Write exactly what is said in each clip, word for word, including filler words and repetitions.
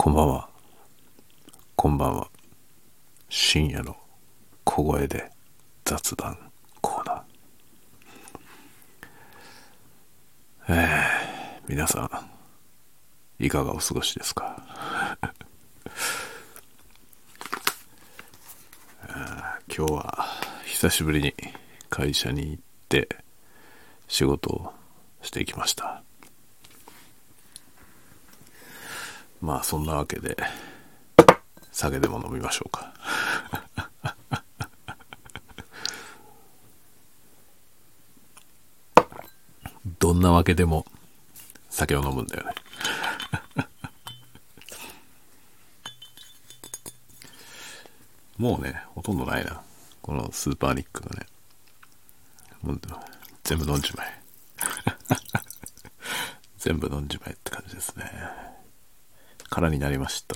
こんばんは。こんばんは。深夜の小声で雑談コーナー。えー、皆さんいかがお過ごしですか？今日は久しぶりに会社に行って仕事をしてきました。まあそんなわけで酒でも飲みましょうか。どんなわけでも酒を飲むんだよね。もうねほとんどないな、このスーパーニックのね。もう全部飲んじまえ。全部飲んじまえって感じですね。空になりました。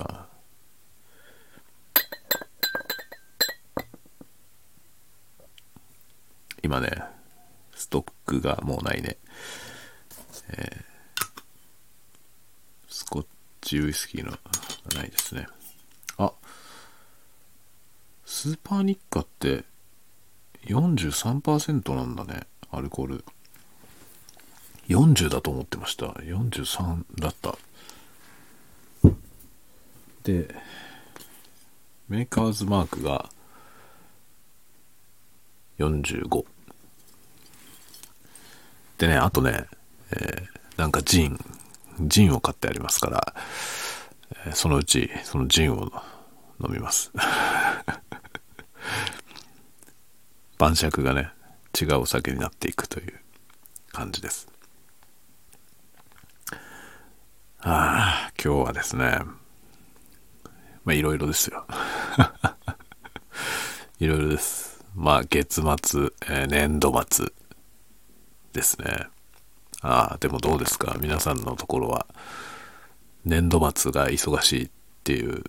今ねストックがもうないね。えー、スコッチウイスキーのないですね。あ、スーパーニッカって よんじゅうさんパーセント なんだね、アルコール。よんじゅうだと思ってました。よんじゅうさんだった。でメーカーズマークがよんじゅうごでね、あとね、えー、なんかジンジンを買ってありますから、えー、そのうちそのジンを飲みます。晩酌がね違うお酒になっていくという感じです。ああ、今日はですね、まあいろいろですよ。いろいろです。まあ月末、えー、年度末ですね。ああ、でもどうですか皆さんのところは。年度末が忙しいっていう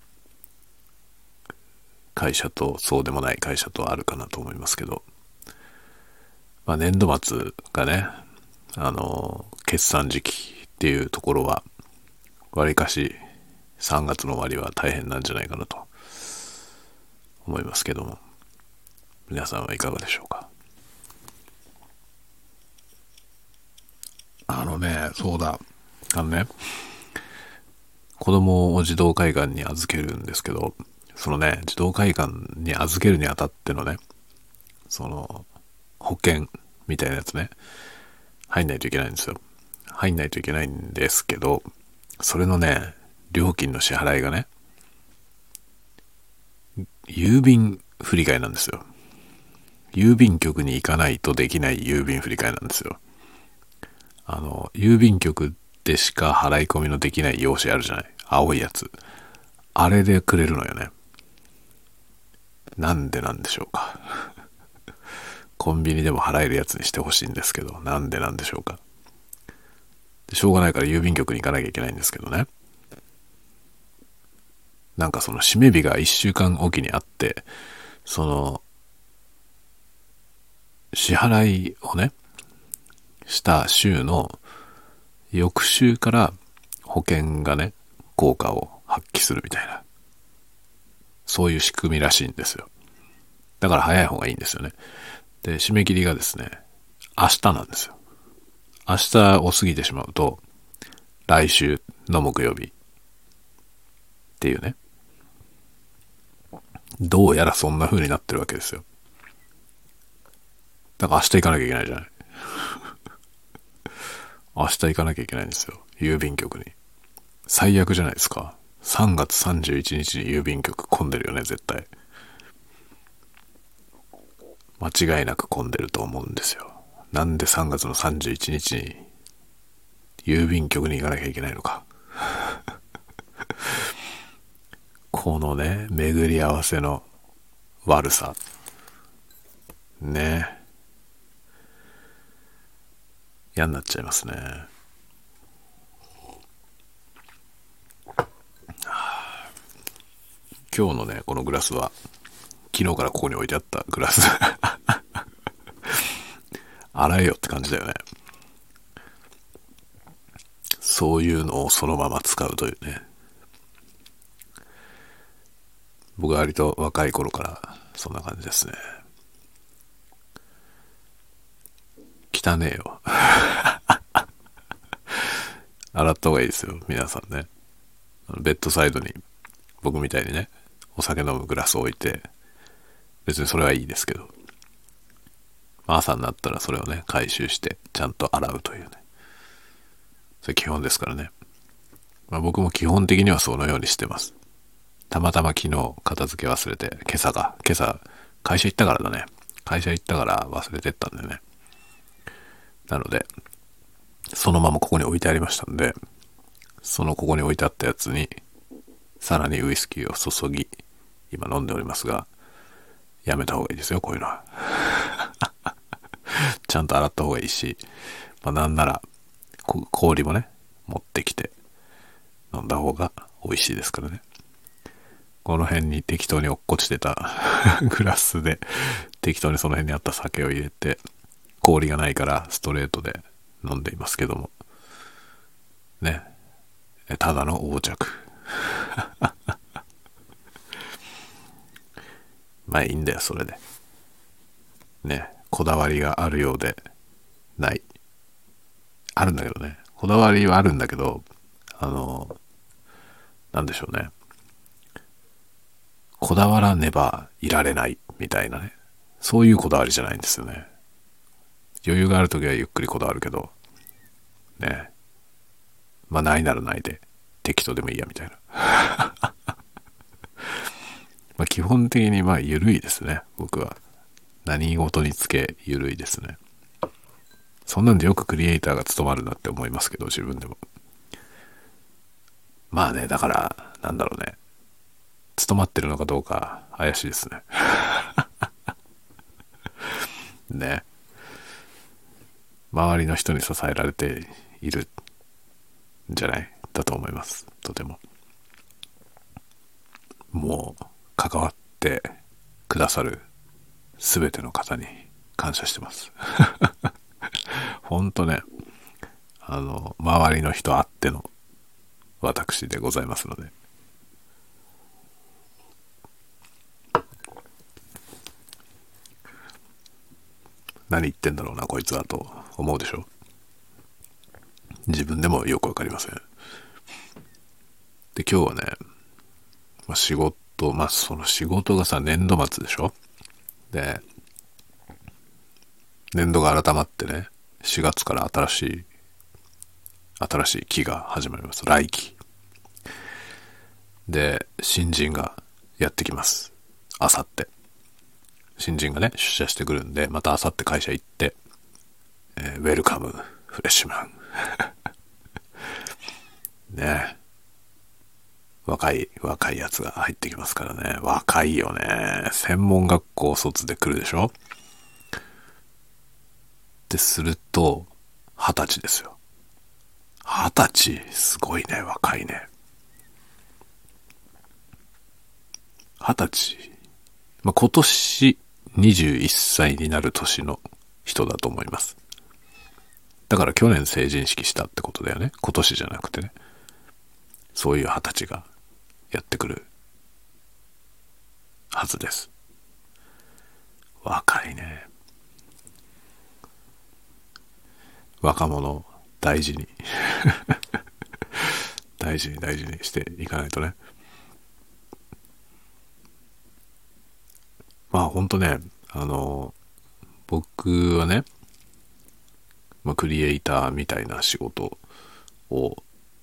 会社とそうでもない会社とあるかなと思いますけど、まあ、年度末がね、あの決算時期っていうところはわりかしさんがつの終わりは大変なんじゃないかなと思いますけども、皆さんはいかがでしょうか？あのね、そうだ、あのね、子供を児童会館に預けるんですけど、そのね、児童会館に預けるにあたってのね、その保険みたいなやつね、入んないといけないんですよ。入んないといけないんですけど、それのね、料金の支払いがね、郵便振り替えなんですよ。郵便局に行かないとできない郵便振り替えなんですよ。あの、郵便局でしか払い込みのできない用紙あるじゃない。青いやつ。あれでくれるのよね。なんでなんでしょうか。コンビニでも払えるやつにしてほしいんですけど、なんでなんでしょうか。でしょうがないから郵便局に行かなきゃいけないんですけどね。なんかその締め日がいっしゅうかんおきにあって、その支払いをねした週の翌週から保険がね効果を発揮するみたいな、そういう仕組みらしいんですよ。だから早い方がいいんですよね。で締め切りがですね明日なんですよ。明日を過ぎてしまうと来週の木曜日っていうね、どうやらそんな風になってるわけですよ。だから明日行かなきゃいけないじゃない。明日行かなきゃいけないんですよ、郵便局に。最悪じゃないですか。さんがつさんじゅういちにちに郵便局混んでるよね、絶対。間違いなく混んでると思うんですよ。なんでさんがつのさんじゅういちにちに郵便局に行かなきゃいけないのか。このね、巡り合わせの悪さ。ね。嫌になっちゃいますね。今日のね、このグラスは、昨日からここに置いてあったグラス。洗えよって感じだよね。そういうのをそのまま使うというね。 僕は割と若い頃からそんな感じですね。汚ねえよ。洗った方がいいですよ、皆さんね。ベッドサイドに僕みたいにね、お酒飲むグラスを置いて、別にそれはいいですけど、朝になったらそれをね、回収してちゃんと洗うというね。それ基本ですからね。まあ、僕も基本的にはそのようにしてます。たまたま昨日片付け忘れて、今朝が、今朝会社行ったからだね。会社行ったから忘れてったんでね。なので、そのままここに置いてありましたんで、そのここに置いてあったやつに、さらにウイスキーを注ぎ、今飲んでおりますが、やめた方がいいですよ、こういうのは。ちゃんと洗った方がいいし、まあ、なんなら、氷もね、持ってきて、飲んだ方が美味しいですからね。この辺に適当に落っこちてたグラスで、適当にその辺にあった酒を入れて、氷がないからストレートで飲んでいますけども。ね。ただの横着。まあいいんだよ、それで。ね。こだわりがあるようでない。あるんだけどね。こだわりはあるんだけど、あの、なんでしょうね。こだわらねばいられないみたいなね。そういうこだわりじゃないんですよね。余裕があるときはゆっくりこだわるけど、ね。まあないならないで適当でもいいやみたいな。まあ基本的にまあ緩いですね、僕は。何事につけ緩いですね。そんなんでよくクリエイターが務まるなって思いますけど、自分でも。まあね、だから、なんだろうね。務まってるのかどうか怪しいですね。ね。周りの人に支えられているんじゃないだと思います。とても。もう、関わってくださるすべての方に感謝してます。ほんとね、あの、周りの人あっての私でございますので。何言ってんだろうな、こいつはと思うでしょ。自分でもよくわかりません。で、今日はね、まあ、仕事、まあその仕事がさ、年度末でしょ。で、年度が改まってね、しがつから新しい、新しい期が始まります。来期。で、新人がやってきます。あさって。新人がね、出社してくるんで、またあさって会社行って、えー、ウェルカム、フレッシュマン。ねえ。若い、若いやつが入ってきますからね。若いよね。専門学校卒で来るでしょ。ってすると、二十歳ですよ。二十歳、すごいね、若いね。二十歳。まあ、今年にじゅういっさいになる年の人だと思います。だから去年成人式したってことだよね。今年じゃなくてね。そういう二十歳がやってくるはずです。若いね。若者大事に大事に大事にしていかないとね。まあほんとね、あの僕はね、まあ、クリエイターみたいな仕事を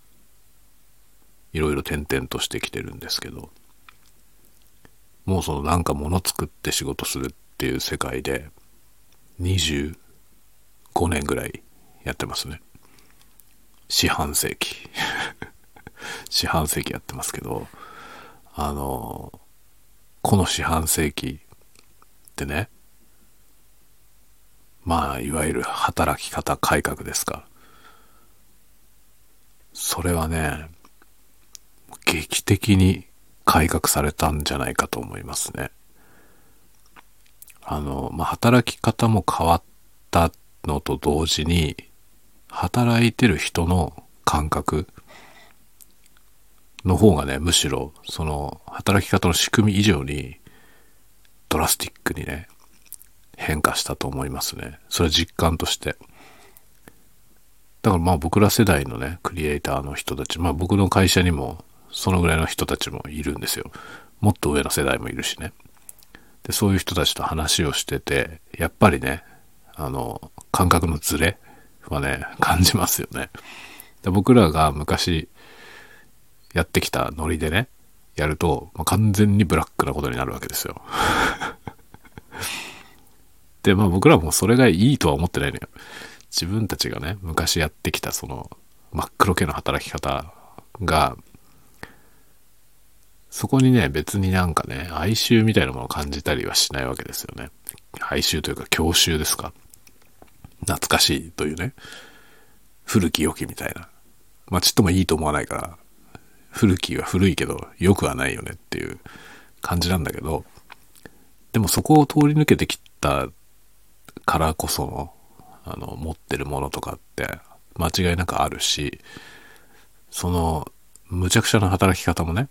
いろいろ転々としてきてるんですけど、もうそのなんか物作って仕事するっていう世界でにじゅうごねんぐらいやってますね。四半世紀四半世紀やってますけど、あのこの四半世紀ってね、まあいわゆる働き方改革ですか。それはね、劇的に改革されたんじゃないかと思いますね。あの、まあ、働き方も変わったのと同時に、働いてる人の感覚の方がね、むしろその働き方の仕組み以上にドラスティックにね変化したと思いますね。それは実感として。だからまあ僕ら世代のねクリエイターの人たち、まあ僕の会社にもそのぐらいの人たちもいるんですよ。もっと上の世代もいるしね。でそういう人たちと話をしてて、やっぱりねあの感覚のズレはね感じますよね。で僕らが昔やってきたノリでねやると、まあ、完全にブラックなことになるわけですよ。でまあ僕らもそれがいいとは思ってないのよ。自分たちがね昔やってきたその真っ黒系の働き方が、そこにね別になんかね哀愁みたいなものを感じたりはしないわけですよね。哀愁というか郷愁ですか。懐かしいというね、古き良きみたいな、まあちっともいいと思わないから、古きは古いけど良くはないよねっていう感じなんだけど、でもそこを通り抜けてきたからこそのあの持ってるものとかって間違いなくあるし、そのむちゃくちゃな働き方もね、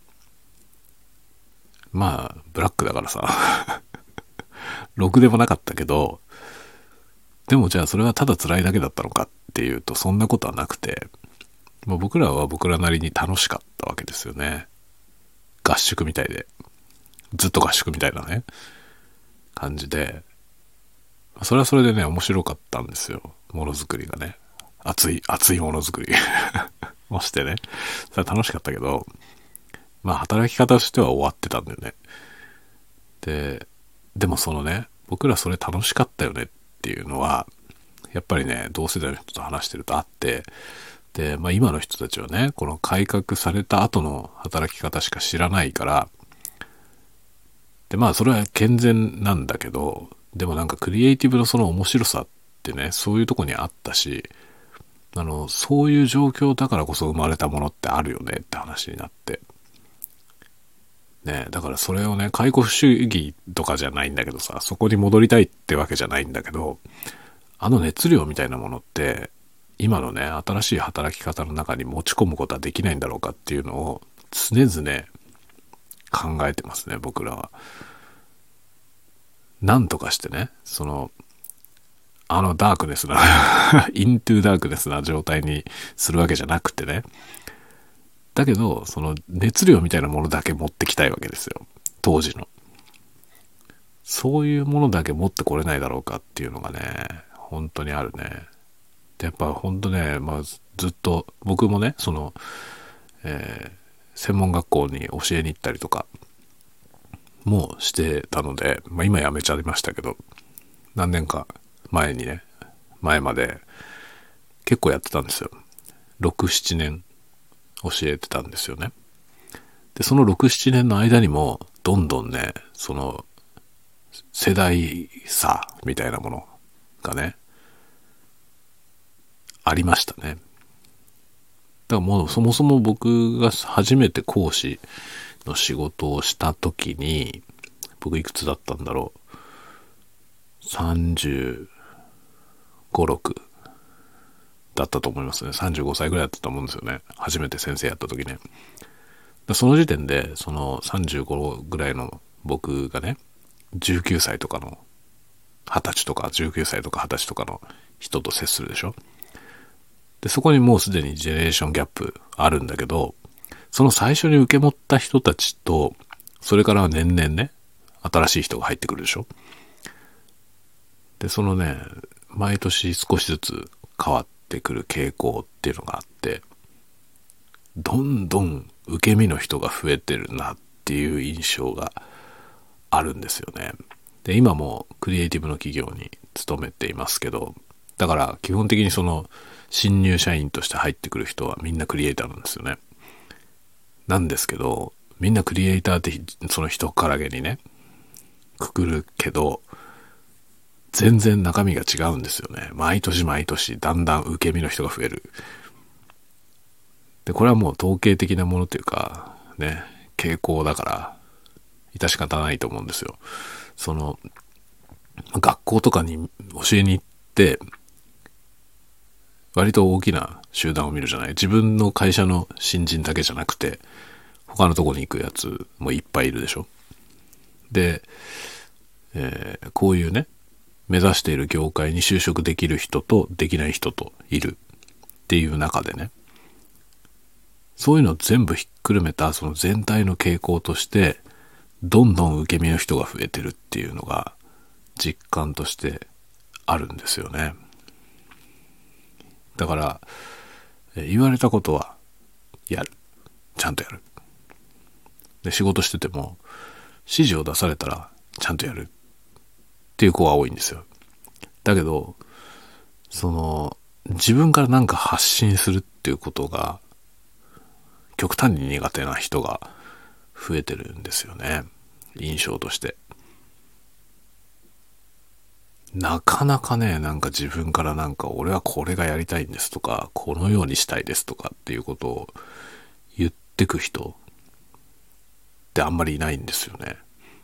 まあブラックだからさろくでもなかったけど、でもじゃあそれはただ辛いだけだったのかっていうとそんなことはなくて、もう僕らは僕らなりに楽しかったわけですよね。合宿みたいで、ずっと合宿みたいなね感じで、それはそれでね面白かったんですよ。ものづくりがね、熱い熱いものづくりをしてね、それは楽しかったけど、まあ働き方としては終わってたんだよね。ででもそのね僕らそれ楽しかったよねっていうのはやっぱりね同世代の人と話してるとあって、で、まあ、今の人たちはねこの改革された後の働き方しか知らないから、でまあそれは健全なんだけど、でもなんかクリエイティブのその面白さってねそういうとこにあったし、あのそういう状況だからこそ生まれたものってあるよねって話になってね。だからそれをね解雇主義とかじゃないんだけどさ、そこに戻りたいってわけじゃないんだけど、あの熱量みたいなものって今のね新しい働き方の中に持ち込むことはできないんだろうかっていうのを常々考えてますね僕らは。なんとかしてねそのあのダークネスなイントゥダークネスな状態にするわけじゃなくてね、だけどその熱量みたいなものだけ持ってきたいわけですよ。当時のそういうものだけ持ってこれないだろうかっていうのがね本当にあるね。でやっぱ本当ね、まあ、ずっと僕もねその、えー、専門学校に教えに行ったりとかもしてたので、まあ、今やめちゃいましたけど何年か前にね前まで結構やってたんですよ。ろく、ななねん教えてたんですよね。でそのろく、ななねんの間にもどんどんねその世代差みたいなものがねありましたね。だからもうそもそも僕が初めて講師の仕事をした時に僕いくつだったんだろう、さんじゅうご、ろくだったと思いますね。さんじゅうごさいぐらいだったと思うんですよね、初めて先生やった時ね。その時点でそのさんじゅうごぐらいの僕がねじゅうきゅうさいとかのはたちとかじゅうきゅうさいとかはたちとかの人と接するでしょ。でそこにもうすでにジェネレーションギャップあるんだけど、その最初に受け持った人たちとそれからは年々ね新しい人が入ってくるでしょ。でそのね毎年少しずつ変わってくる傾向っていうのがあって、どんどん受け身の人が増えてるなっていう印象があるんですよね。で今もクリエイティブの企業に勤めていますけど、だから基本的にその新入社員として入ってくる人はみんなクリエイターなんですよね。なんですけどみんなクリエイターってその人からげにねくくるけど全然中身が違うんですよね。毎年毎年だんだん受け身の人が増える。でこれはもう統計的なものというかね傾向だから致し方ないと思うんですよ。その学校とかに教えに行って割と大きな集団を見るじゃない。自分の会社の新人だけじゃなくて他のとこに行くやつもいっぱいいるでしょ。で、えーこういうね、目指している業界に就職できる人とできない人といるっていう中でね、そういうのを全部ひっくるめたその全体の傾向として、どんどん受け身の人が増えてるっていうのが実感としてあるんですよね。だから言われたことはやる、ちゃんとやる。で、仕事してても指示を出されたらちゃんとやるっていう子が多いんですよ。だけどその自分から何か発信するっていうことが極端に苦手な人が増えてるんですよね、印象として。なかなかね、なんか自分からなんか俺はこれがやりたいんですとか、このようにしたいですとかっていうことを言ってく人ってあんまりいないんですよね。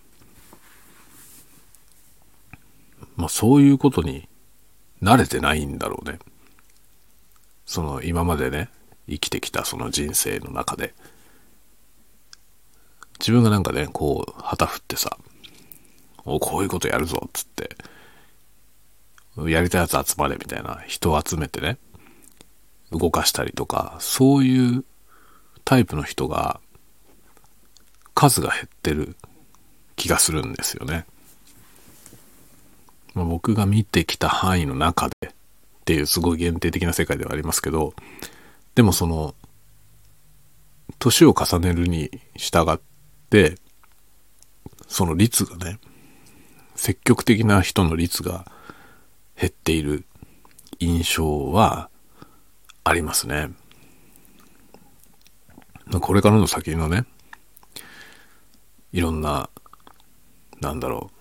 まあそういうことに慣れてないんだろうね。その今までね、生きてきたその人生の中で、自分がなんかね、こう旗振ってさ、おこういうことやるぞっつってやりたいやつ集まれみたいな人を集めてね、動かしたりとか、そういうタイプの人が数が減ってる気がするんですよね。まあ、僕が見てきた範囲の中でっていうすごい限定的な世界ではありますけど、でもその年を重ねるに従ってその率がね、積極的な人の率が減っている印象はありますね。これからの先のね、いろんな、なんだろう、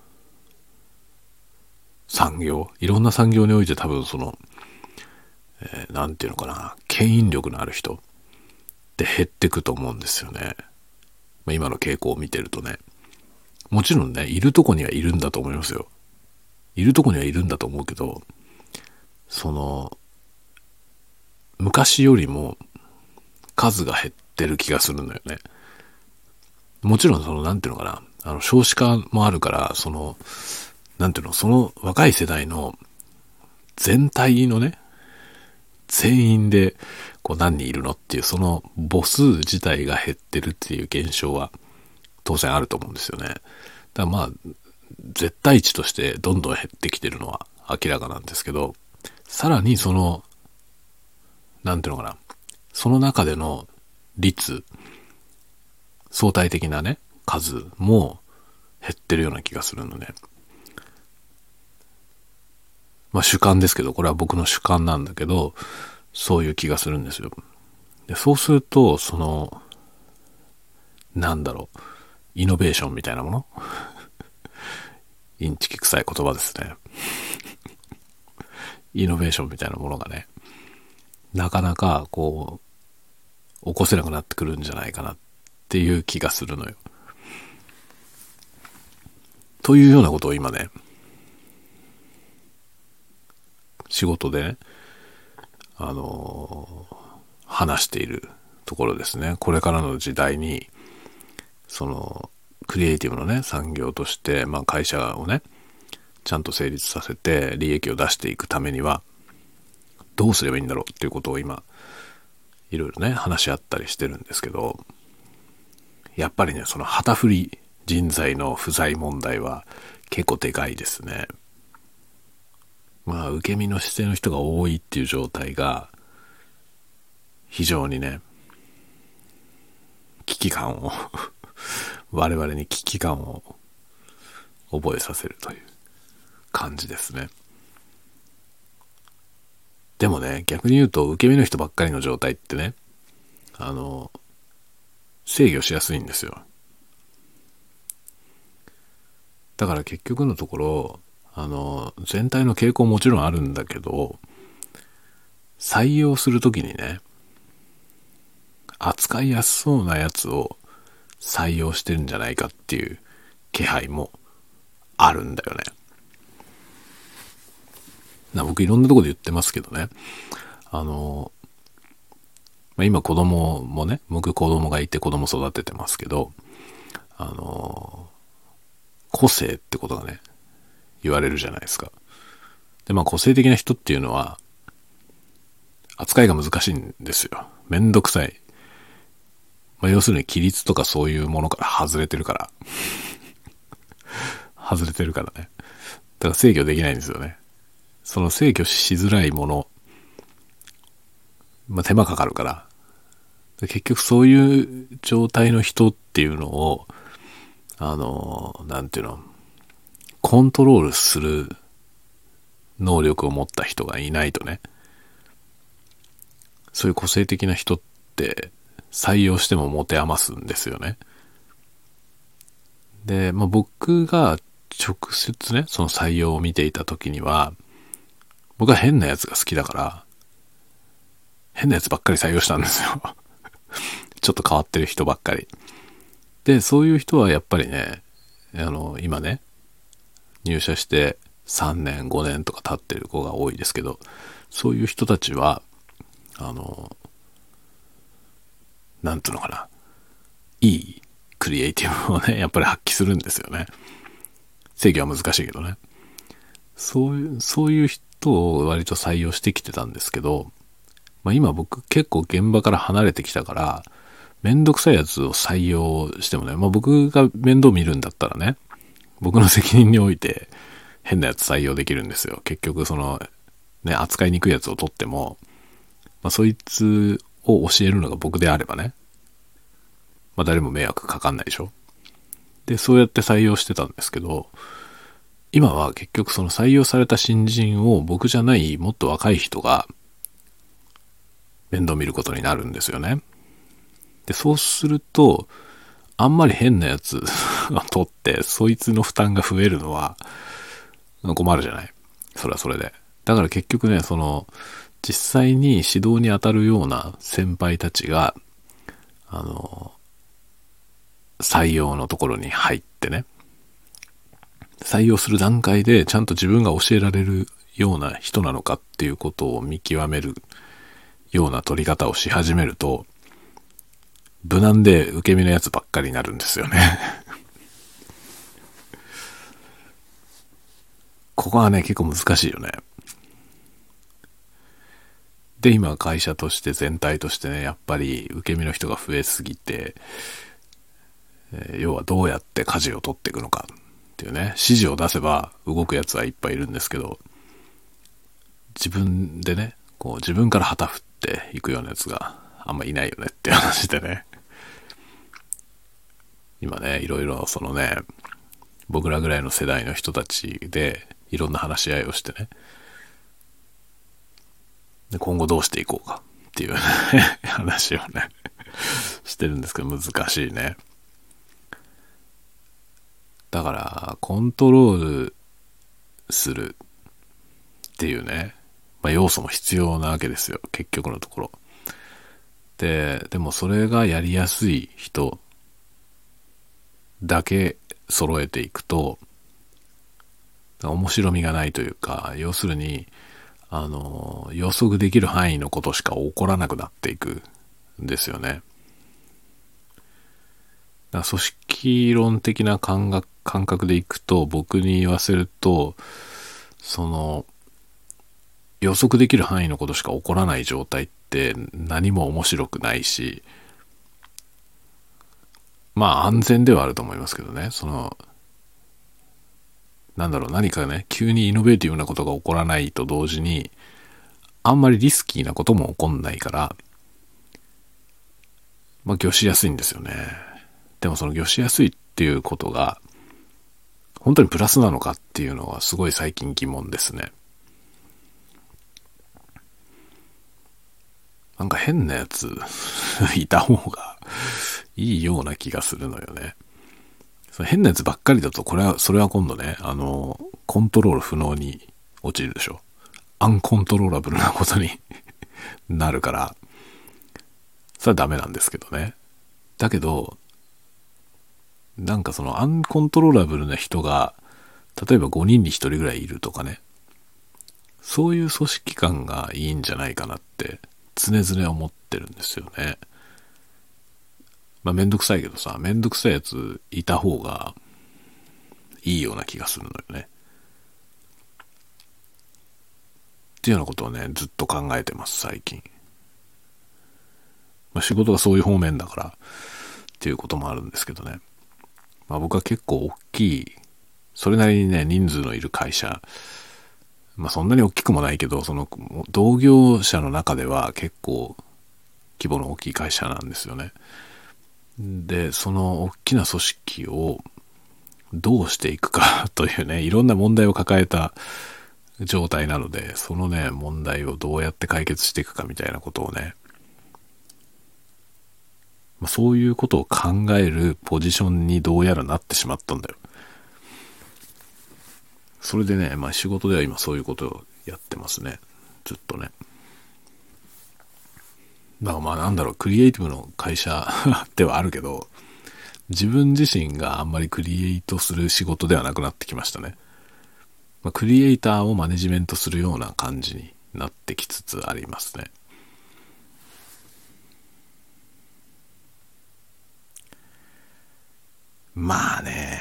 産業、いろんな産業において多分その、えー、なんていうのかな、牽引力のある人って減ってくと思うんですよね。まあ、今の傾向を見てるとね。もちろんね、いるとこにはいるんだと思いますよ。いるとこにはいるんだと思うけど、その、昔よりも数が減ってる気がするんだよね。もちろんその、なんていうのかな、あの、少子化もあるから、その、なんていうの、その若い世代の全体のね、全員でこう何人いるのっていうその母数自体が減ってるっていう現象は当然あると思うんですよね。だからまあ絶対値としてどんどん減ってきてるのは明らかなんですけど、さらにそのなんていうのかな、その中での率、相対的なね数も減ってるような気がするので、まあ主観ですけど、これは僕の主観なんだけど、そういう気がするんですよ。で、そうすると、その、なんだろう、イノベーションみたいなものインチキ臭い言葉ですね。イノベーションみたいなものがね、なかなかこう、起こせなくなってくるんじゃないかなっていう気がするのよ。というようなことを今ね、仕事でね、あのー、話しているところですね。これからの時代に、その、クリエイティブのね、産業として、まあ会社をね、ちゃんと成立させて利益を出していくためには、どうすればいいんだろうっていうことを今、いろいろね、話し合ったりしてるんですけど、やっぱりね、その旗振り人材の不在問題は結構でかいですね。まあ、受け身の姿勢の人が多いっていう状態が、非常にね、危機感を我々に危機感を覚えさせるという感じですね。でもね、逆に言うと受け身の人ばっかりの状態ってね、あの制御しやすいんですよ。だから結局のところ、あの全体の傾向もちろんあるんだけど、採用するときにね、扱いやすそうなやつを採用してるんじゃないかっていう気配もあるんだよね。な僕いろんなところで言ってますけどね、あのまあ、今子供もね、僕子供がいて子供育ててますけど、あのー、個性ってことがね、言われるじゃないですか。で、まあ個性的な人っていうのは、扱いが難しいんですよ。めんどくさい。まあ、要するに規律とかそういうものから外れてるから。外れてるからね。だから制御できないんですよね。その制御しづらいもの、まあ、手間かかるから。結局そういう状態の人っていうのを、あの、なんていうの、コントロールする能力を持った人がいないとね、そういう個性的な人って採用しても持て余すんですよね。で、まあ、僕が直接ね、その採用を見ていた時には、僕は変なやつが好きだから、変なやつばっかり採用したんですよ。ちょっと変わってる人ばっかり。で、そういう人はやっぱりね、あの、今ね、入社してさんねん、ごねんとか経ってる子が多いですけど、そういう人たちは、あの、なんていうのかな、いいクリエイティブをね、やっぱり発揮するんですよね。制御は難しいけどね。そういう、そういう人を割と採用してきてたんですけど、まあ今僕結構現場から離れてきたから、めんどくさいやつを採用してもね、まあ僕が面倒見るんだったらね、僕の責任において変なやつ採用できるんですよ。結局その、ね、扱いにくいやつを取っても、まあそいつを教えるのが僕であればね、まあ誰も迷惑かかんないでしょ。で、そうやって採用してたんですけど、今は結局その採用された新人を僕じゃないもっと若い人が面倒見ることになるんですよね。で、そうすると、あんまり変なやつを取って、そいつの負担が増えるのは困るじゃない。それはそれで。だから結局ね、その、実際に指導に当たるような先輩たちが、あの、採用のところに入ってね、採用する段階でちゃんと自分が教えられるような人なのかっていうことを見極めるような取り方をし始めると、無難で受け身のやつばっかりになるんですよね。ここはね、結構難しいよね。で、今会社として全体としてね、やっぱり受け身の人が増えすぎて、えー、要はどうやって舵を取っていくのかっていうね、指示を出せば動くやつはいっぱいいるんですけど、自分でね、こう自分から旗振っていくようなやつがあんまいないよねっていう話でね。今ね、いろいろそのね、僕らぐらいの世代の人たちでいろんな話し合いをしてね、で今後どうしていこうかっていう、ね、話をねしてるんですけど、難しいね。だからコントロールするっていうね、まあ、要素も必要なわけですよ、結局のところで。でもそれがやりやすい人だけ揃えていくと面白みがないというか、要するにあの予測できる範囲のことしか起こらなくなっていくんですよね。だから組織論的な感覚、感覚でいくと、僕に言わせると、その予測できる範囲のことしか起こらない状態って何も面白くないし、まあ安全ではあると思いますけどね。そのなんだろう、何かね、急にイノベーティブなことが起こらないと同時に、あんまりリスキーなことも起こんないから、まあ、魚しやすいんですよね。でもその魚しやすいっていうことが、本当にプラスなのかっていうのはすごい最近疑問ですね。なんか変なやついた方がいいような気がするのよね。その変なやつばっかりだと、これは、それは今度ね、あの、コントロール不能に陥るでしょ。アンコントローラブルなことになるから、それはダメなんですけどね。だけど、なんかそのアンコントローラブルな人が、例えばごにんにひとりぐらいいるとかね。そういう組織感がいいんじゃないかなって常々思ってるんですよね。まあめんどくさいけどさ、めんどくさいやついた方がいいような気がするのよね。っていうようなことをね、ずっと考えてます、最近。まあ仕事がそういう方面だからっていうこともあるんですけどね。まあ僕は結構大きい、それなりにね、人数のいる会社、まあそんなに大きくもないけど、その同業者の中では結構規模の大きい会社なんですよね。で、その大きな組織をどうしていくかというね、いろんな問題を抱えた状態なので、そのね、問題をどうやって解決していくかみたいなことをね、まあ、そういうことを考えるポジションにどうやらなってしまったんだよ。それでね、まあ仕事では今そういうことをやってますね。ずっとね。だからまあなんだろう、クリエイティブの会社ではあるけど、自分自身があんまりクリエイトする仕事ではなくなってきましたね。まあ、クリエイターをマネジメントするような感じになってきつつありますね。まあね、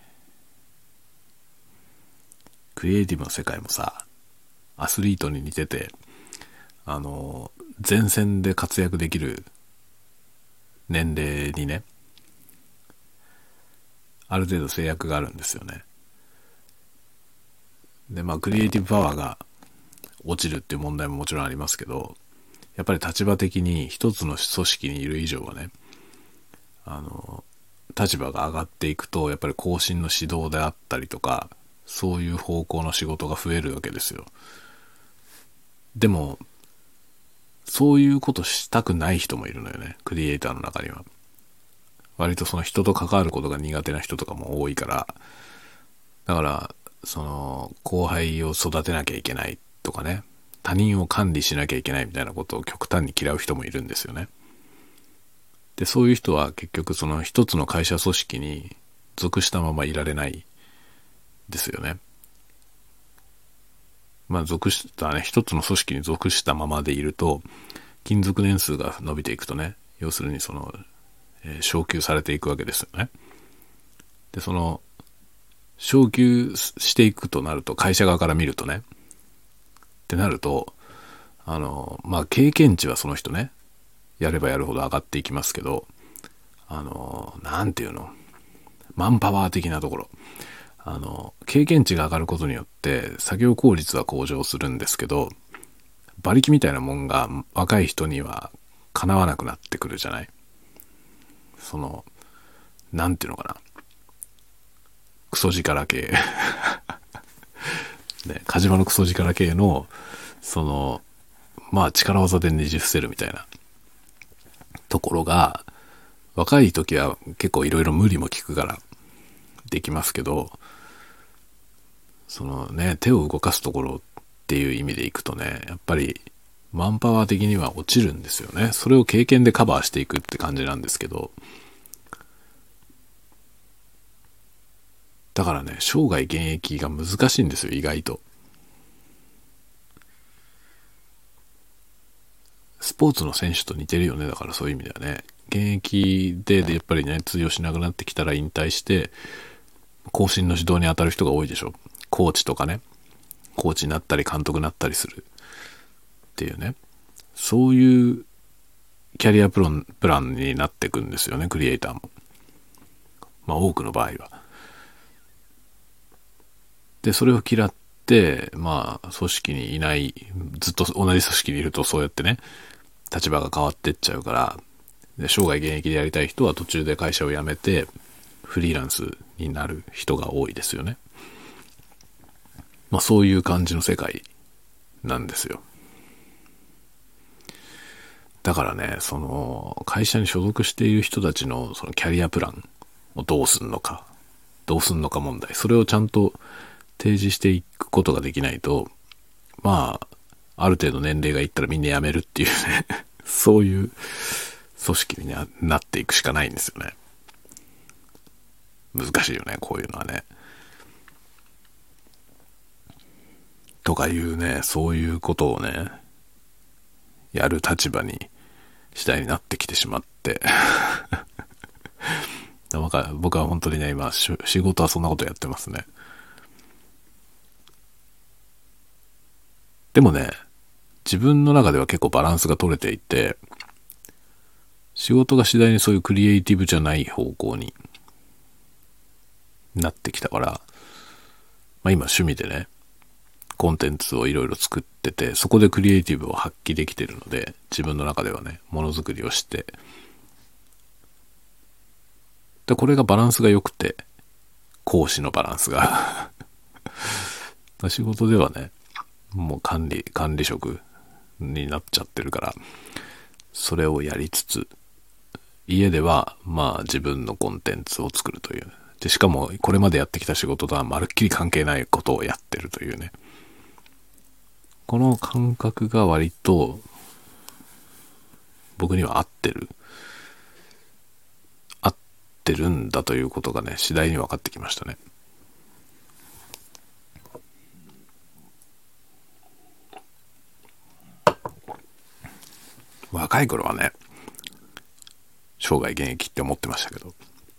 クリエイティブの世界もさ、アスリートに似てて、あの、前線で活躍できる年齢にね、ある程度制約があるんですよね。で、まあ、クリエイティブパワーが落ちるっていう問題ももちろんありますけど、やっぱり立場的に一つの組織にいる以上はね、あの、立場が上がっていくと、やっぱり後進の指導であったりとか、そういう方向の仕事が増えるわけですよ。でも、そういうことしたくない人もいるのよね、クリエイターの中には。割とその人と関わることが苦手な人とかも多いから、だから、その、後輩を育てなきゃいけないとかね、他人を管理しなきゃいけないみたいなことを極端に嫌う人もいるんですよね。で、そういう人は結局その一つの会社組織に属したままいられないですよね。まあ属したね、一つの組織に属したままでいると、勤続年数が伸びていくとね、要するにその、えー昇給されていくわけですよね。で、その、昇給していくとなると、会社側から見るとね、ってなると、あの、まあ経験値はその人ね、やればやるほど上がっていきますけど、あの、なんていうの、マンパワー的なところ。あの、経験値が上がることによって作業効率は向上するんですけど、馬力みたいなもんが若い人にはかなわなくなってくるじゃない。その、なんていうのかな。クソ力系。ね、カジマのクソ力系の、その、まあ力技でねじ伏せるみたいなところが、若い時は結構いろいろ無理も効くからできますけど、そのね、手を動かすところっていう意味でいくとね、やっぱりマンパワー的には落ちるんですよね。それを経験でカバーしていくって感じなんですけど、だからね、生涯現役が難しいんですよ、意外と。スポーツの選手と似てるよね、だからそういう意味ではね。現役でやっぱりね、通用しなくなってきたら引退して、後進の指導に当たる人が多いでしょ。コーチとかね。コーチになったり監督になったりするっていうね。そういうキャリアプラン、プランになっていくんですよね、クリエイターも。まあ多くの場合は。で、それを嫌って、まあ組織にいない、ずっと同じ組織にいるとそうやってね、立場が変わってっちゃうから、で生涯現役でやりたい人は途中で会社を辞めて、フリーランスになる人が多いですよね。まあそういう感じの世界なんですよ。だからね、その会社に所属している人たちのそのキャリアプランをどうすんのか、どうすんのか問題、それをちゃんと提示していくことができないと、まあ、ある程度年齢がいったらみんな辞めるっていうね、そういう組織になっていくしかないんですよね。難しいよね、こういうのはね。とかいうね、そういうことをね、 やる立場に次第になってきてしまって僕は本当にね今仕事はそんなことやってますね。でもね自分の中では結構バランスが取れていて、仕事が次第にそういうクリエイティブじゃない方向になってきたから、まあ、今趣味でねコンテンツをいろいろ作ってて、そこでクリエイティブを発揮できてるので、自分の中ではねものづくりをして、でこれがバランスが良くて、講師のバランスが仕事ではねもう管理管理職になっちゃってるから、それをやりつつ家ではまあ自分のコンテンツを作るという、でしかもこれまでやってきた仕事とはまるっきり関係ないことをやってるというね、この感覚が割と僕には合ってる合ってるんだということがね次第に分かってきましたね。若い頃はね生涯現役って思ってましたけど、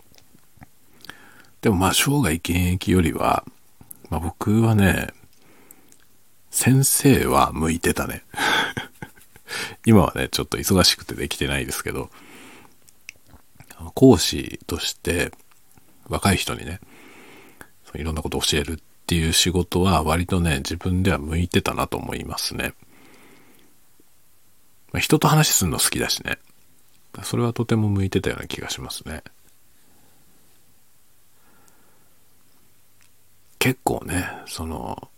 でもまあ生涯現役よりは、まあ、僕はね先生は向いてたね今はねちょっと忙しくてできてないですけど、講師として若い人にねいろんなことを教えるっていう仕事は割とね自分では向いてたなと思いますね。まあ、人と話するの好きだしね、それはとても向いてたような気がしますね。結構ねその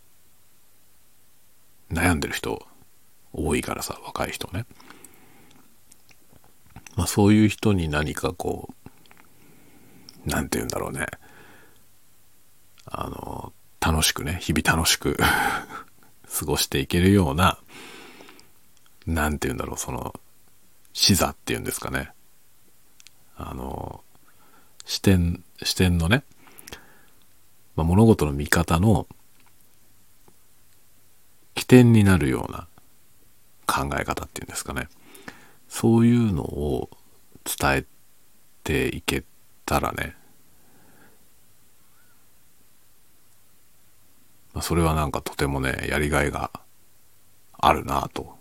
悩んでる人多いからさ、若い人ね、まあ、そういう人に何かこうなんて言うんだろうね、あの楽しくね日々楽しく過ごしていけるような、なんて言うんだろう、その視座っていうんですかね、あの視点視点のね、まあ、物事の見方の起点になるような考え方っていうんですかね、そういうのを伝えていけたらね、まあ、それはなんかとてもねやりがいがあるなと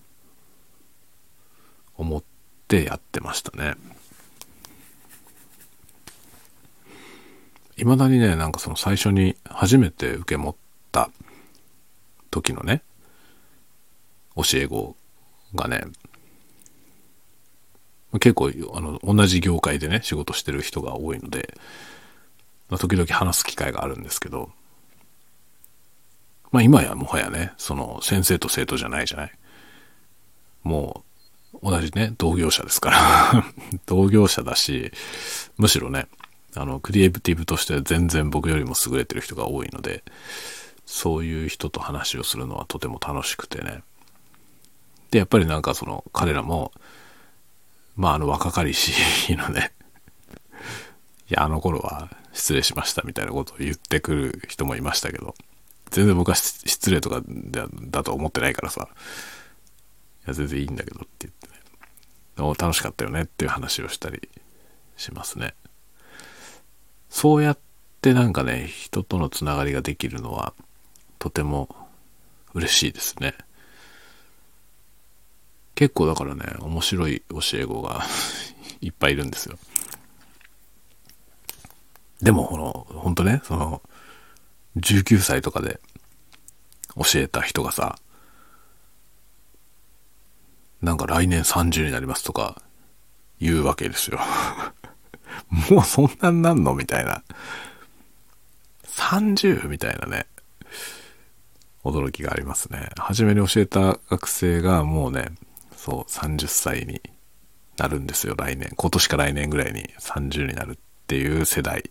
思ってやってましたね。いまだにねなんかその最初に初めて受け持った時のね教え子がね結構あの同じ業界でね仕事してる人が多いので、まあ、時々話す機会があるんですけど、まあ今やもはやねその先生と生徒じゃないじゃない、もう同じね同業者ですから同業者だし、むしろねあのクリエイティブとして全然僕よりも優れてる人が多いので、そういう人と話をするのはとても楽しくてね、でやっぱりなんかその彼らもまああの若かりしのねいやあの頃は失礼しましたみたいなことを言ってくる人もいましたけど、全然僕は失礼とかだ、だと思ってないからさ、いや全然いいんだけどって言ってね、お楽しかったよねっていう話をしたりしますね。そうやってなんかね人とのつながりができるのはとても嬉しいですね。結構だからね面白い教え子がいっぱいいるんですよ。でもこのほんとねそのじゅうきゅうさいとかで教えた人がさ、なんか来年さんじゅうになりますとか言うわけですよもうそんなになんのみたいな、さんじゅうみたいなね驚きがありますね。初めに教えた学生がもうねそうさんじゅっさいになるんですよ、来年、今年か来年ぐらいにさんじゅうになるっていう世代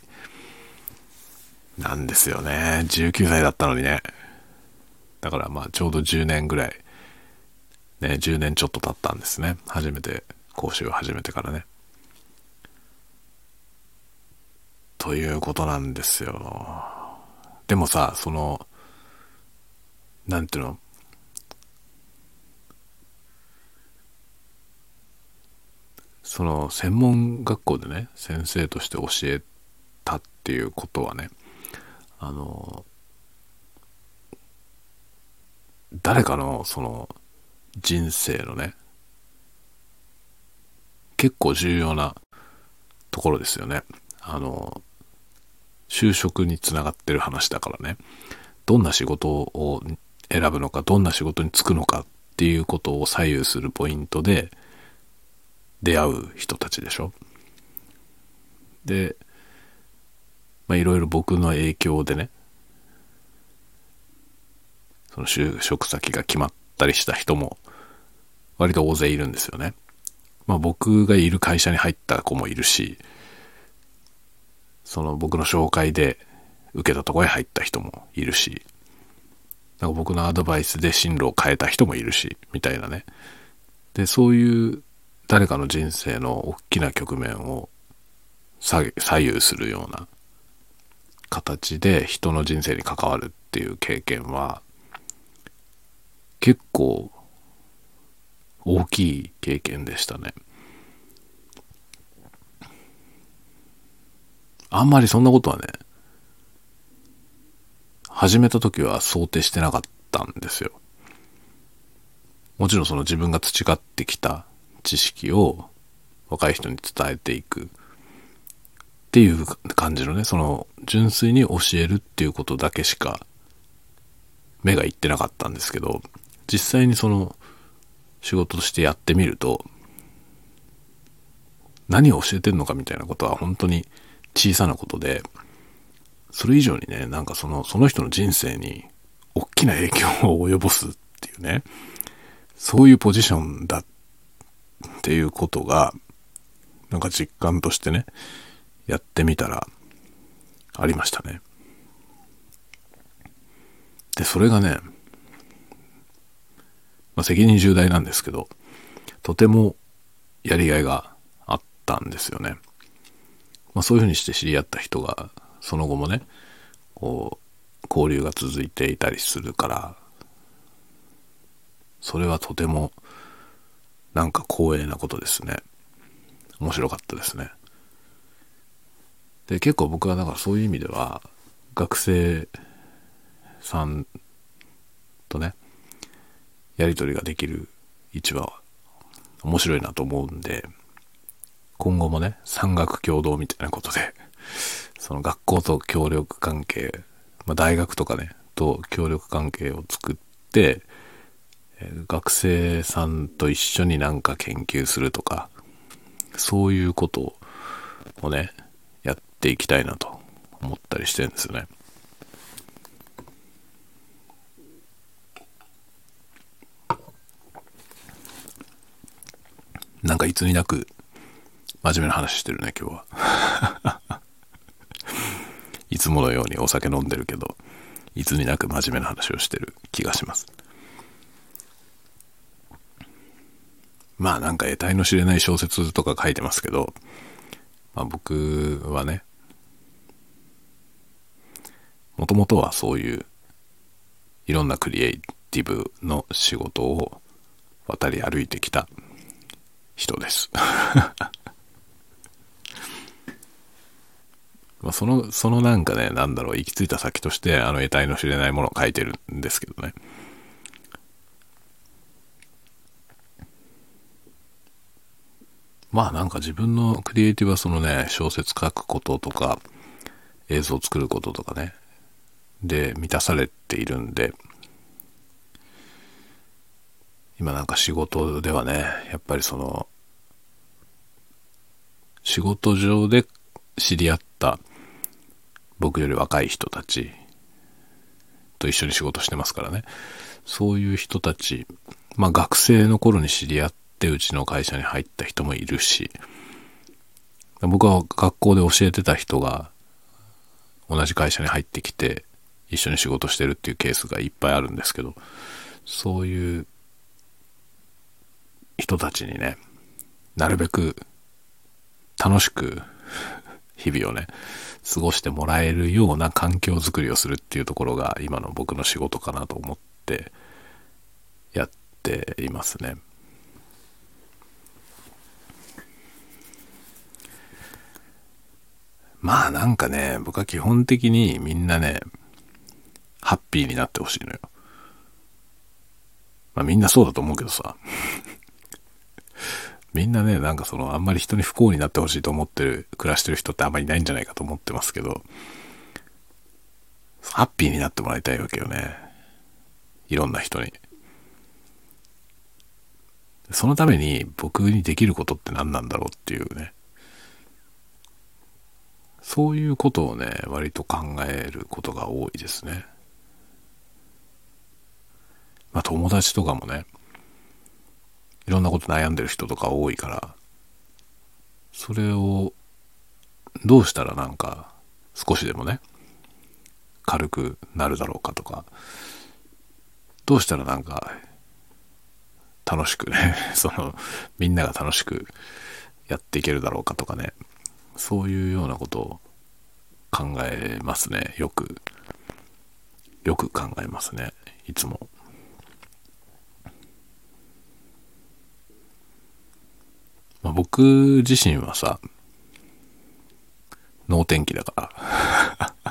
なんですよね。じゅうきゅうさいだったのにね。だからまあちょうどじゅうねんぐらいね、じゅうねんちょっと経ったんですね、初めて講習を始めてからね。ということなんですよ。でもさそのなんていうのその専門学校でね先生として教えたっていうことはね、あの誰かのその人生のね結構重要なところですよね。あの就職につながってる話だからね。どんな仕事を選ぶのか、どんな仕事に就くのかっていうことを左右するポイントで出会う人たちでしょ。で、まあいろいろ僕の影響でね、その就職先が決まったりした人も割と大勢いるんですよね。まあ僕がいる会社に入った子もいるし、その僕の紹介で受けたところへ入った人もいるし、なんか僕のアドバイスで進路を変えた人もいるし、みたいなね。で、そういう誰かの人生の大きな局面を左右するような形で人の人生に関わるっていう経験は結構大きい経験でしたね。あんまりそんなことはね、始めた時は想定してなかったんですよ。もちろんその自分が培ってきた知識を若い人に伝えていくっていう感じのね、その純粋に教えるっていうことだけしか目がいってなかったんですけど、実際にその仕事としてやってみると、何を教えてんのかみたいなことは本当に小さなことで、それ以上にね、なんかそのその人の人生に大きな影響を及ぼすっていうね、そういうポジションだっていうことがなんか実感としてね、やってみたらありましたね。で、それがね、まあ、責任重大なんですけど、とてもやりがいがあったんですよね。まあ、そういうふうにして知り合った人がその後もね、こう交流が続いていたりするから、それはとてもなんか光栄なことですね。面白かったですね。で、結構僕はだからそういう意味では学生さんとねやり取りができる位置は面白いなと思うんで、今後もね産学共同みたいなことでその学校と協力関係、まあ、大学とかねと協力関係を作って、えー学生さんと一緒になんか研究するとか、そういうことをねやっていきたいなと思ったりしてるんですよね。なんかいつになく真面目な話してるね今日はいつものようにお酒飲んでるけど、いつになく真面目な話をしてる気がします。まあなんか得体の知れない小説とか書いてますけど、まあ、僕はねもともとはそういういろんなクリエイティブの仕事を渡り歩いてきた人ですまあそのそのなんかね、なんだろう、行き着いた先としてあの得体の知れないものを書いてるんですけどね。まあなんか自分のクリエイティブはそのね、小説書くこととか映像を作ることとかねで満たされているんで、今なんか仕事ではね、やっぱりその仕事上で知り合った僕より若い人たちと一緒に仕事してますからね。そういう人たち、まあ学生の頃に知り合ってうちの会社に入った人もいるし、僕は学校で教えてた人が同じ会社に入ってきて一緒に仕事してるっていうケースがいっぱいあるんですけど、そういう人たちにね、なるべく楽しく日々をね過ごしてもらえるような環境づくりをするっていうところが今の僕の仕事かなと思ってやっていますね。 まあなんかね、僕は基本的にみんなね、ハッピーになってほしいのよ。まあみんなそうだと思うけどさ。みんなね、なんかそのあんまり人に不幸になってほしいと思ってる、暮らしてる人ってあんまりいないんじゃないかと思ってますけど、ハッピーになってもらいたいわけよね。いろんな人に。そのために僕にできることって何なんだろうっていうね。そういうことをね、割と考えることが多いですね。まあ友達とかもね、いろんなこと悩んでる人とか多いから、それをどうしたらなんか少しでもね、軽くなるだろうかとか、どうしたらなんか楽しくね、そのみんなが楽しくやっていけるだろうかとかね、そういうようなことを考えますね。よく、よく考えますね。いつも。まあ、僕自身はさ、能天気だから、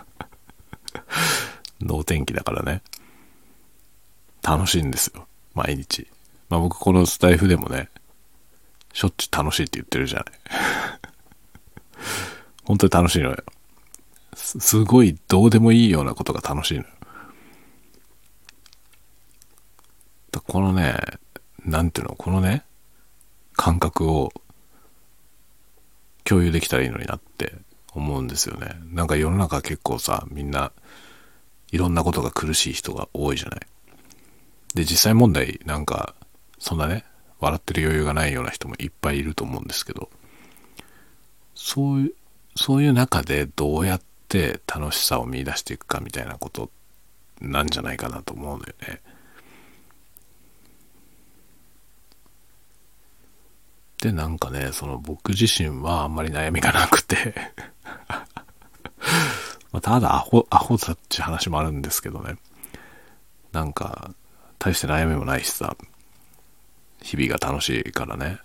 能天気だからね、楽しいんですよ。毎日。まあ僕このスタイフでもね、しょっちゅう楽しいって言ってるじゃない。本当に楽しいのよ。す、すごいどうでもいいようなことが楽しいのよ。このね、なんていうの、このね、感覚を共有できたらいいのになって思うんですよね。なんか世の中結構さ、みんないろんなことが苦しい人が多いじゃない。で、実際問題なんか、そんなね、笑ってる余裕がないような人もいっぱいいると思うんですけど、そういう、そういう中でどうやって楽しさを見出していくかみたいなことなんじゃないかなと思うのよね。で、なんかね、その僕自身はあんまり悩みがなくてまあ、ただアホ、アホだって話もあるんですけどね。なんか、大して悩みもないしさ、日々が楽しいからね。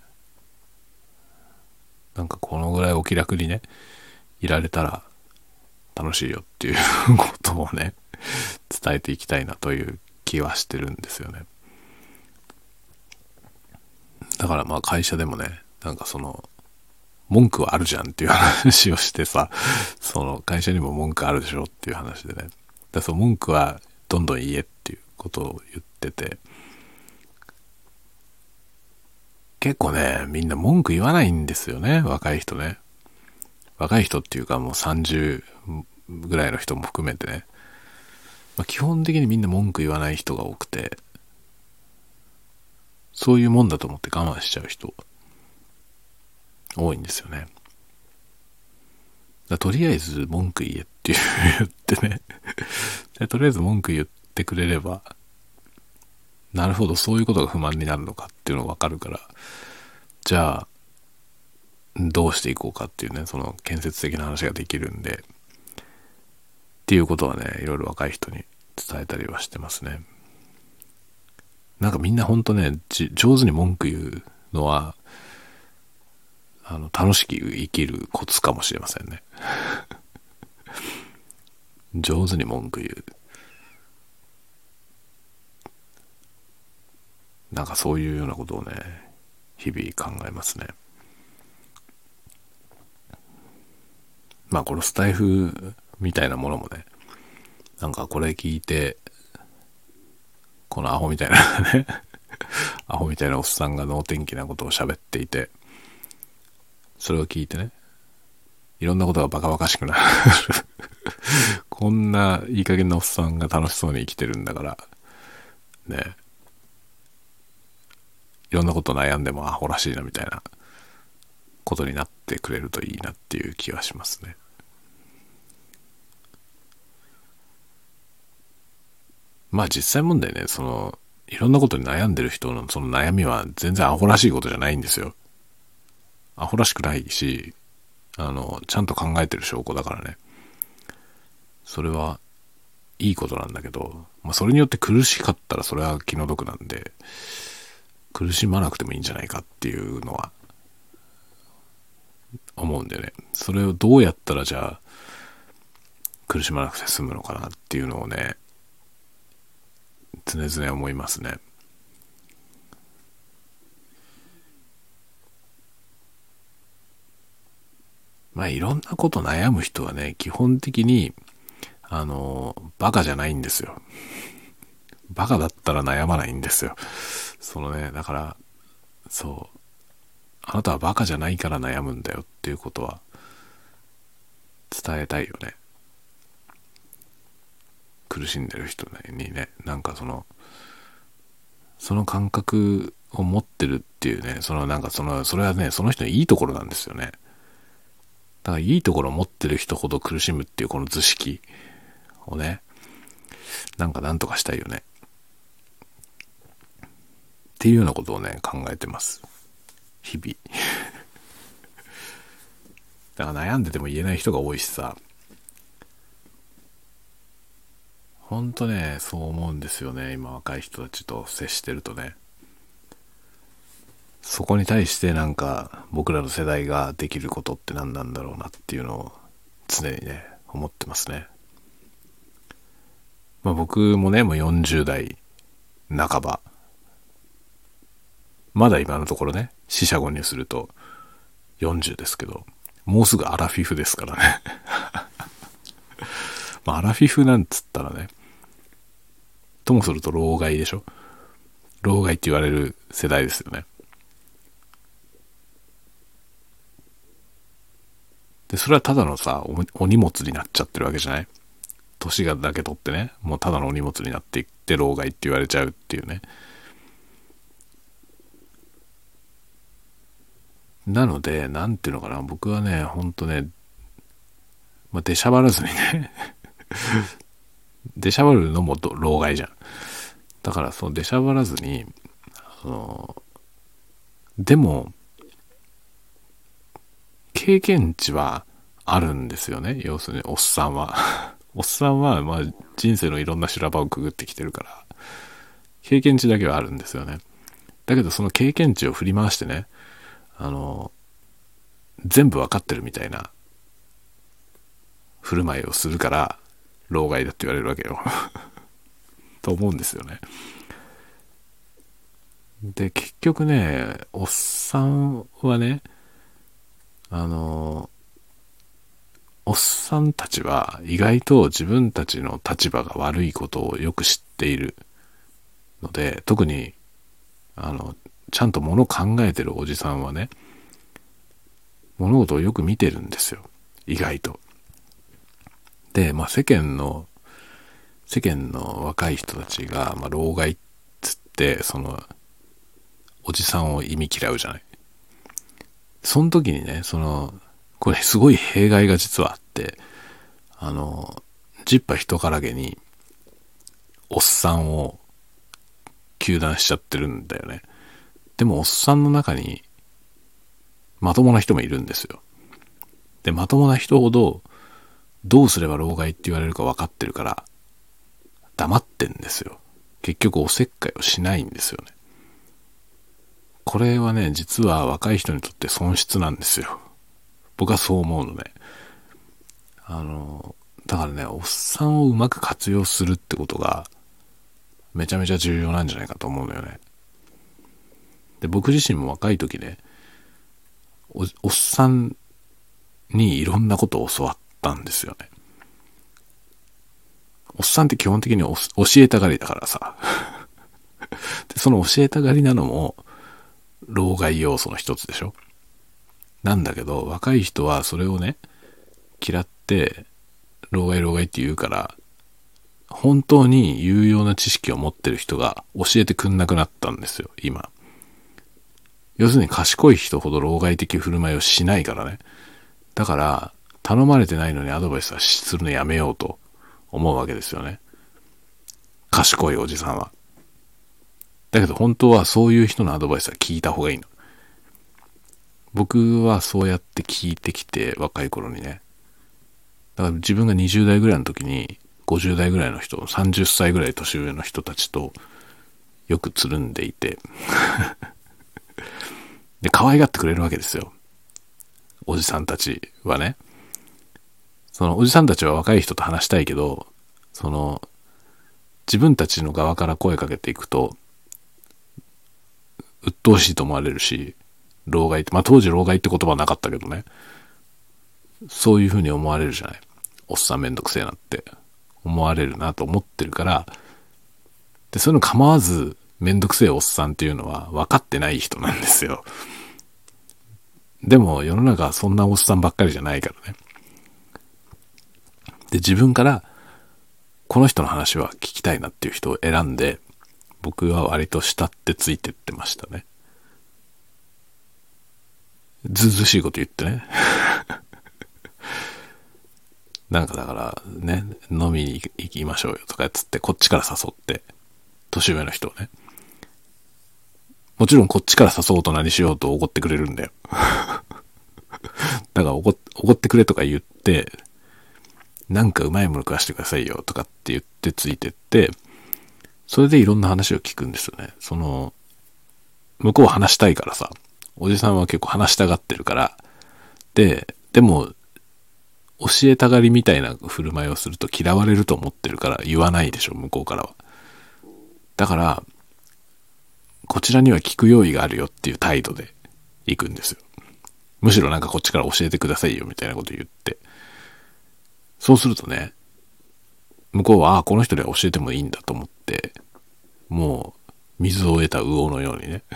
なんかこのぐらいお気楽にね、いられたら楽しいよっていうことをね、伝えていきたいなという気はしてるんですよね。だからまあ会社でもね、なんかその、文句はあるじゃんっていう話をしてさ、その会社にも文句あるでしょっていう話でね。だその文句はどんどん言えっていうことを言ってて、結構ね、みんな文句言わないんですよね、若い人ね。若い人っていうかもうさんじゅうぐらいの人も含めてね。まあ、基本的にみんな文句言わない人が多くて、そういうもんだと思って我慢しちゃう人多いんですよね。だとりあえず文句言えっていう言ってねでとりあえず文句言ってくれれば、なるほどそういうことが不満になるのかっていうのがわかるから、じゃあどうしていこうかっていうね、その建設的な話ができるんでっていうことはね、いろいろ若い人に伝えたりはしてますね。なんかみんなほんとね、上手に文句言うのはあの楽しく生きるコツかもしれませんね上手に文句言う、なんかそういうようなことをね、日々考えますね。まあこのスタイフみたいなものもね、なんかこれ聞いて、このアホみたいなねアホみたいなおっさんが能天気なことを喋っていて、それを聞いてね、いろんなことがバカバカしくなるこんないい加減なおっさんが楽しそうに生きてるんだからね、いろんなこと悩んでもアホらしいなみたいなことになってくれるといいなっていう気はしますね。まあ実際問題ね、そのいろんなことに悩んでる人のその悩みは全然アホらしいことじゃないんですよ。アホらしくないし、あのちゃんと考えてる証拠だからね、それはいいことなんだけど、まあ、それによって苦しかったらそれは気の毒なんで、苦しまなくてもいいんじゃないかっていうのは思うんだよね。それをどうやったらじゃあ苦しまなくて済むのかなっていうのをね、常々思いますね。まあいろんなこと悩む人はね、基本的にあのバカじゃないんですよ。バカだったら悩まないんですよ。そのね、だからそうあなたはバカじゃないから悩むんだよっていうことは伝えたいよね。苦しんでる人にね、なんかそのその感覚を持ってるっていうね、そのなんかそのそれはね、その人のいいところなんですよね。だからいいところを持ってる人ほど苦しむっていうこの図式をね、なんかなんとかしたいよねっていうようなことをね考えてます日々。だから悩んでても言えない人が多いしさ、ほんとねそう思うんですよね。今若い人たちと接してるとね、そこに対してなんか僕らの世代ができることって何なんだろうなっていうのを常にね思ってますね。まあ僕もねもうよんじゅう代半ば、まだ今のところね四捨五入するとよんじゅうですけど、もうすぐアラフィフですからね。まあアラフィフなんつったらね、ともすると老害でしょ。老害って言われる世代ですよね。でそれはただのさ お, お荷物になっちゃってるわけじゃない。年がだけ取ってね、もうただのお荷物になっていって老害って言われちゃうっていうね。なのでなんていうのかな、僕はねほんとね、まあ、出しゃばらずにね出しゃばるのも老害じゃん。だからその出しゃばらずに、あのでも経験値はあるんですよね。要するにおっさんはおっさんはまあ人生のいろんな修羅場をくぐってきてるから経験値だけはあるんですよね。だけどその経験値を振り回してね、あの全部わかってるみたいな振る舞いをするから老害だって言われるわけよと思うんですよね。で結局ねおっさんはね、あのおっさんたちは意外と自分たちの立場が悪いことをよく知っているので、特にあのちゃんと物考えてるおじさんはね、物事をよく見てるんですよ、意外と。で、まあ世間の世間の若い人たちが、まあ、老害っつってそのおじさんを忌み嫌うじゃない。その時にね、そのこれすごい弊害が実はあって、あのジッパ人からげにおっさんを糾弾しちゃってるんだよね。でもおっさんの中にまともな人もいるんですよ。でまともな人ほどどうすれば老害って言われるか分かってるから黙ってんですよ。結局おせっかいをしないんですよね。これはね実は若い人にとって損失なんですよ。僕はそう思うのね。あのだからねおっさんをうまく活用するってことがめちゃめちゃ重要なんじゃないかと思うのよね。で僕自身も若い時ね お, おっさんにいろんなことを教わったんですよね。おっさんって基本的に教えたがりだからさでその教えたがりなのも老害要素の一つでしょ。なんだけど若い人はそれをね嫌って老害老害って言うから、本当に有用な知識を持ってる人が教えてくんなくなったんですよ今。要するに賢い人ほど老害的振る舞いをしないからね。だから頼まれてないのにアドバイスはするのやめようと思うわけですよね、賢いおじさんは。だけど本当はそういう人のアドバイスは聞いた方がいいの。僕はそうやって聞いてきて、若い頃にね。だから自分がにじゅう代ぐらいの時にごじゅう代ぐらいの人、さんじゅっさいぐらい年上の人たちとよくつるんでいてで可愛がってくれるわけですよ。 おじさんたちはね。そのおじさんたちは若い人と話したいけど、その自分たちの側から声かけていくと鬱陶しいと思われるし、老害って、まあ当時老害って言葉はなかったけどね、そういう風に思われるじゃない。おっさんめんどくせえなって思われるなと思ってるから、でそういうの構わずめんどくせえおっさんっていうのは分かってない人なんですよ。でも世の中はそんなおっさんばっかりじゃないからね。で自分からこの人の話は聞きたいなっていう人を選んで、僕は割と慕ってついてってましたね。ずうずうしいこと言ってね。なんかだからね、飲みに行きましょうよとかつってこっちから誘って、年上の人をね。もちろんこっちから誘おうと何しようと怒ってくれるんだよ。だから怒ってくれとか言って、なんかうまいもの食わしてくださいよとかって言ってついてって、それでいろんな話を聞くんですよね。その、向こうは話したいからさ、おじさんは結構話したがってるから、で、でも、教えたがりみたいな振る舞いをすると嫌われると思ってるから言わないでしょ、向こうからは。だから、こちらには聞く用意があるよっていう態度で行くんですよ。むしろなんかこっちから教えてくださいよみたいなこと言って。そうするとね、向こうは、ああ、この人では教えてもいいんだと思って、もう、水を得た魚のようにね。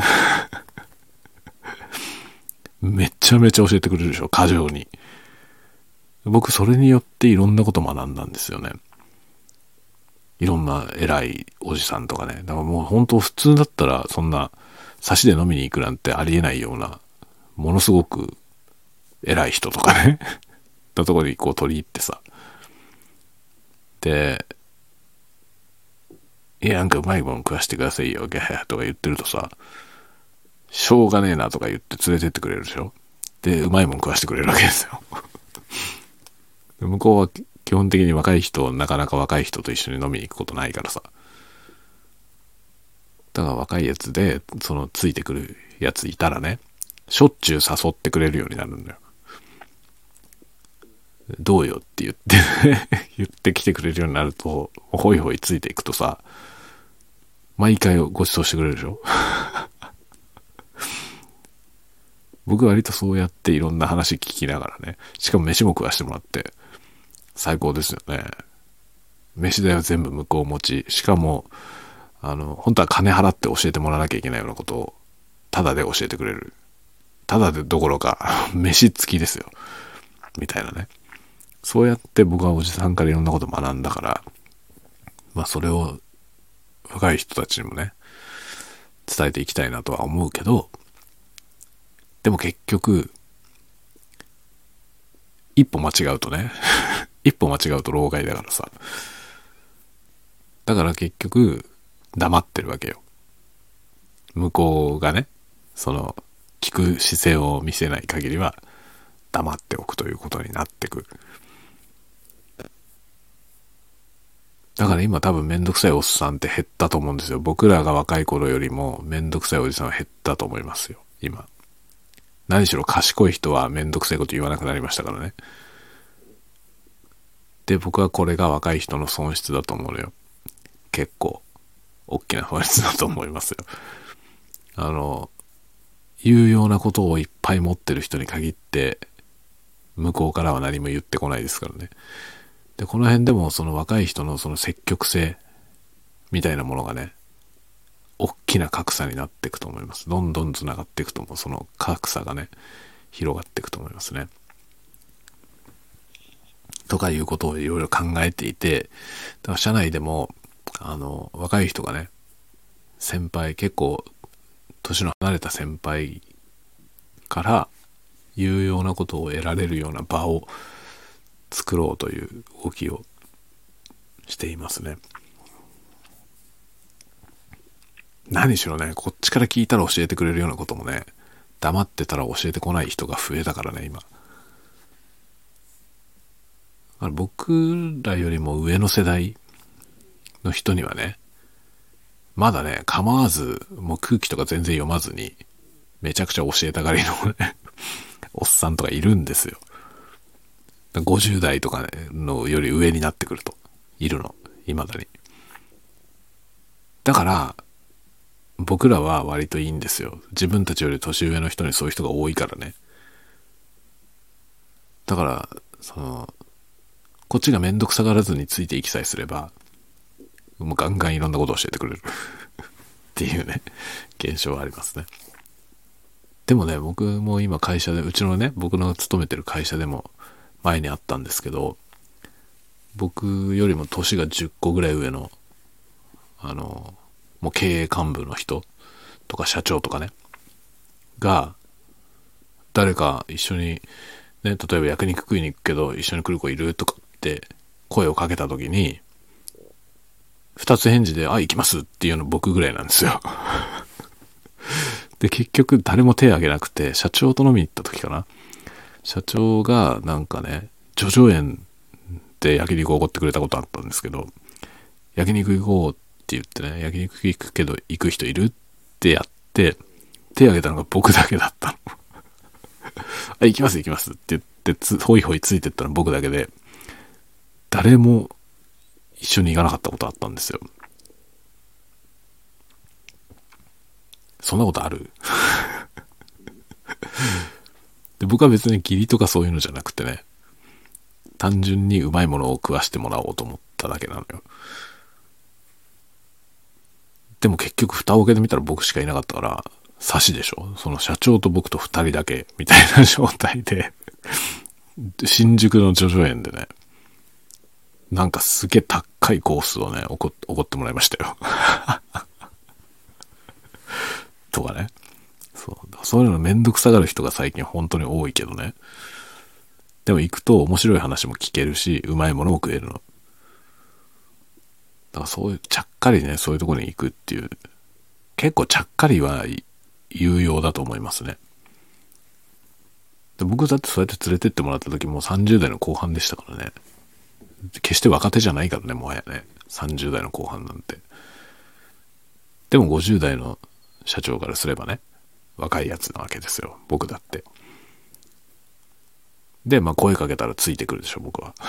めちゃめちゃ教えてくれるでしょ、過剰に。僕、それによっていろんなこと学んだんですよね。いろんな偉いおじさんとかね。だからもう本当普通だったら、そんな、差しで飲みに行くなんてありえないような、ものすごく偉い人とかね。のところにこう取り入ってさ。で、いや、なんかうまいもん食わしてくださいよ、ギャーとか言ってるとさ、しょうがねえなとか言って連れてってくれるでしょ。で、うまいもん食わしてくれるわけですよ。向こうは基本的に若い人、なかなか若い人と一緒に飲みに行くことないからさ。だから若いやつで、そのついてくるやついたらね、しょっちゅう誘ってくれるようになるんだよ。どうよって言って言ってきてくれるようになると、ホイホイついていくとさ、毎回ご馳走してくれるでしょ。僕割とそうやっていろんな話聞きながらね、しかも飯も食わしてもらって最高ですよね。飯代は全部向こう持ち、しかもあの本当は金払って教えてもらわなきゃいけないようなことをタダで教えてくれる。タダでどころか飯付きですよみたいなね。そうやって僕はおじさんからいろんなことを学んだから、まあそれを若い人たちにもね伝えていきたいなとは思うけど、でも結局一歩間違うとね一歩間違うと老害だからさ、だから結局黙ってるわけよ。向こうがね、その聞く姿勢を見せない限りは黙っておくということになってく。だから今多分めんどくさいおっさんって減ったと思うんですよ。僕らが若い頃よりもめんどくさいおじさんは減ったと思いますよ、今。何しろ賢い人はめんどくさいこと言わなくなりましたからね。で、僕はこれが若い人の損失だと思うのよ。結構大きな損失だと思いますよ。あの有用なことをいっぱい持ってる人に限って向こうからは何も言ってこないですからね。で、この辺でもその若い人のその積極性みたいなものがね、大きな格差になっていくと思います。どんどんつながっていくと思う。その格差がね、広がっていくと思いますね。とかいうことをいろいろ考えていて、だから社内でもあの若い人がね、先輩、結構年の離れた先輩から有用なことを得られるような場を作ろうという動きをしていますね。何しろね、こっちから聞いたら教えてくれるようなこともね、黙ってたら教えてこない人が増えたからね、今。僕らよりも上の世代の人にはね、まだね、構わず、もう空気とか全然読まずに、めちゃくちゃ教えたがりのね、 おっさんとかいるんですよ。ごじゅう代とかのより上になってくるといるの、未だに。だから僕らは割といいんですよ。自分たちより年上の人にそういう人が多いからね。だからそのこっちがめんどくさがらずについていきさえすれば、もうガンガンいろんなことを教えてくれるっていうね現象はありますね。でもね、僕も今会社で、うちのね、僕の勤めてる会社でも前にあったんですけど、僕よりも年がじゅっこぐらい上のあのもう経営幹部の人とか社長とかねが、誰か一緒にね、例えば焼肉食いに行くけど一緒に来る子いるとかって声をかけた時に、二つ返事であ行きますっていうの僕ぐらいなんですよで結局誰も手を挙げなくて、社長と飲みに行った時かな、社長がなんかね、叙々苑で焼肉をおごってくれたことあったんですけど、焼肉行こうって言ってね、焼肉行くけど行く人いるってやって手を挙げたのが僕だけだったのあ行きます行きますって言ってつホイホイついてったの僕だけで、誰も一緒に行かなかったことあったんですよ。そんなことあるで僕は別に義理とかそういうのじゃなくてね、単純にうまいものを食わしてもらおうと思っただけなのよ。でも結局蓋を開けてみたら僕しかいなかったから差しでしょ。その社長と僕と二人だけみたいな状態で新宿の叙々苑でね、なんかすげえ高いコースをねおこおごってもらいましたよとかね。そうそういうのめんどくさがる人が最近本当に多いけどね。でも行くと面白い話も聞けるし、うまいものも食えるの。だからそういうちゃっかりね、そういうところに行くっていう、結構ちゃっかりは有用だと思いますね。で僕だってそうやって連れてってもらった時もさんじゅう代の後半でしたからね。決して若手じゃないからね、もはやね。さんじゅう代の後半なんて。でもごじゅう代の社長からすればね、若いやつなわけですよ、僕だって。で、まあ声かけたらついてくるでしょ、僕は。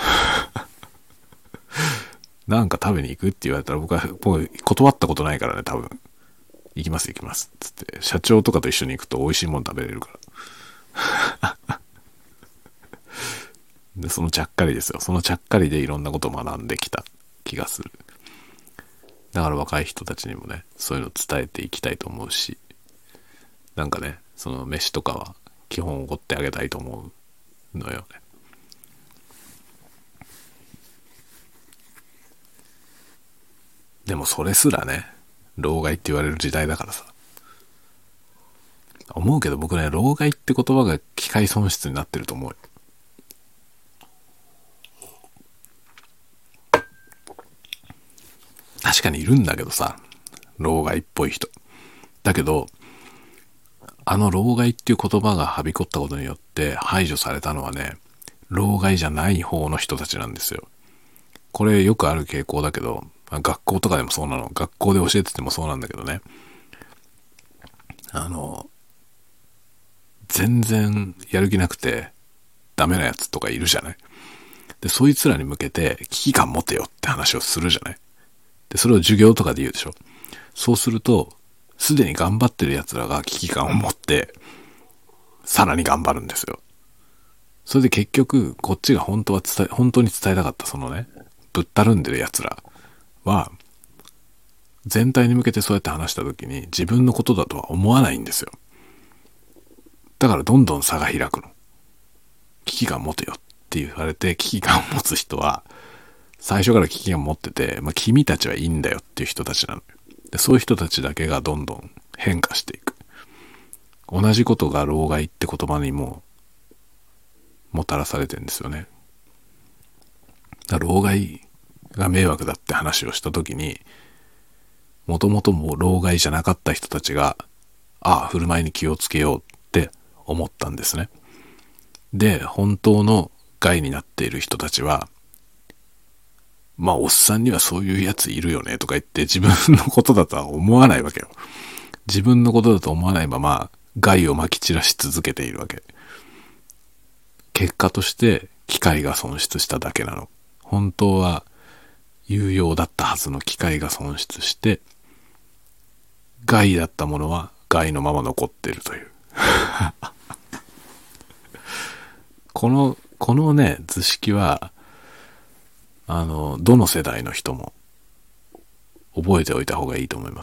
なんか食べに行くって言われたら僕はもう断ったことないからね、多分。行きます行きますつって社長とかと一緒に行くと美味しいもの食べれるからでそのちゃっかりですよ。そのちゃっかりでいろんなことを学んできた気がする。だから若い人たちにもね、そういうのを伝えていきたいと思うし、なんかね、その飯とかは基本おごってあげたいと思うのよね。でもそれすらね、老害って言われる時代だからさ。思うけど僕ね、老害って言葉が機会損失になってると思うよ。確かにいるんだけどさ、老害っぽい人。だけど、あの老害っていう言葉がはびこったことによって排除されたのはね、老害じゃない方の人たちなんですよ。これよくある傾向だけど、学校とかでもそうなの。学校で教えててもそうなんだけどね。あの、全然やる気なくてダメなやつとかいるじゃない。で、そいつらに向けて危機感持てよって話をするじゃない。で、それを授業とかで言うでしょ。そうすると、すでに頑張ってる奴らが危機感を持って、さらに頑張るんですよ。それで結局、こっちが本当は伝え、本当に伝えたかったそのね、ぶったるんでる奴らは、全体に向けてそうやって話した時に自分のことだとは思わないんですよ。だからどんどん差が開くの。危機感持てよって言われて、危機感を持つ人は、最初から危機感持ってて、まあ、君たちはいいんだよっていう人たちなのよ。で、そういう人たちだけがどんどん変化していく。同じことが老害って言葉にももたらされてるんですよね。だから老害が迷惑だって話をしたときに、もともともう老害じゃなかった人たちが、ああ、振る舞いに気をつけようって思ったんですね。で、本当の害になっている人たちは、まあ、おっさんにはそういうやついるよねとか言って自分のことだとは思わないわけよ。自分のことだと思わないまま害をまき散らし続けているわけ。 結果として機械が損失しただけなの。本当は有用だったはずの機械が損失して、害だったものは害のまま残っているというこのこのね図式はあのどの世代の人も覚えておいた方がいいと思います。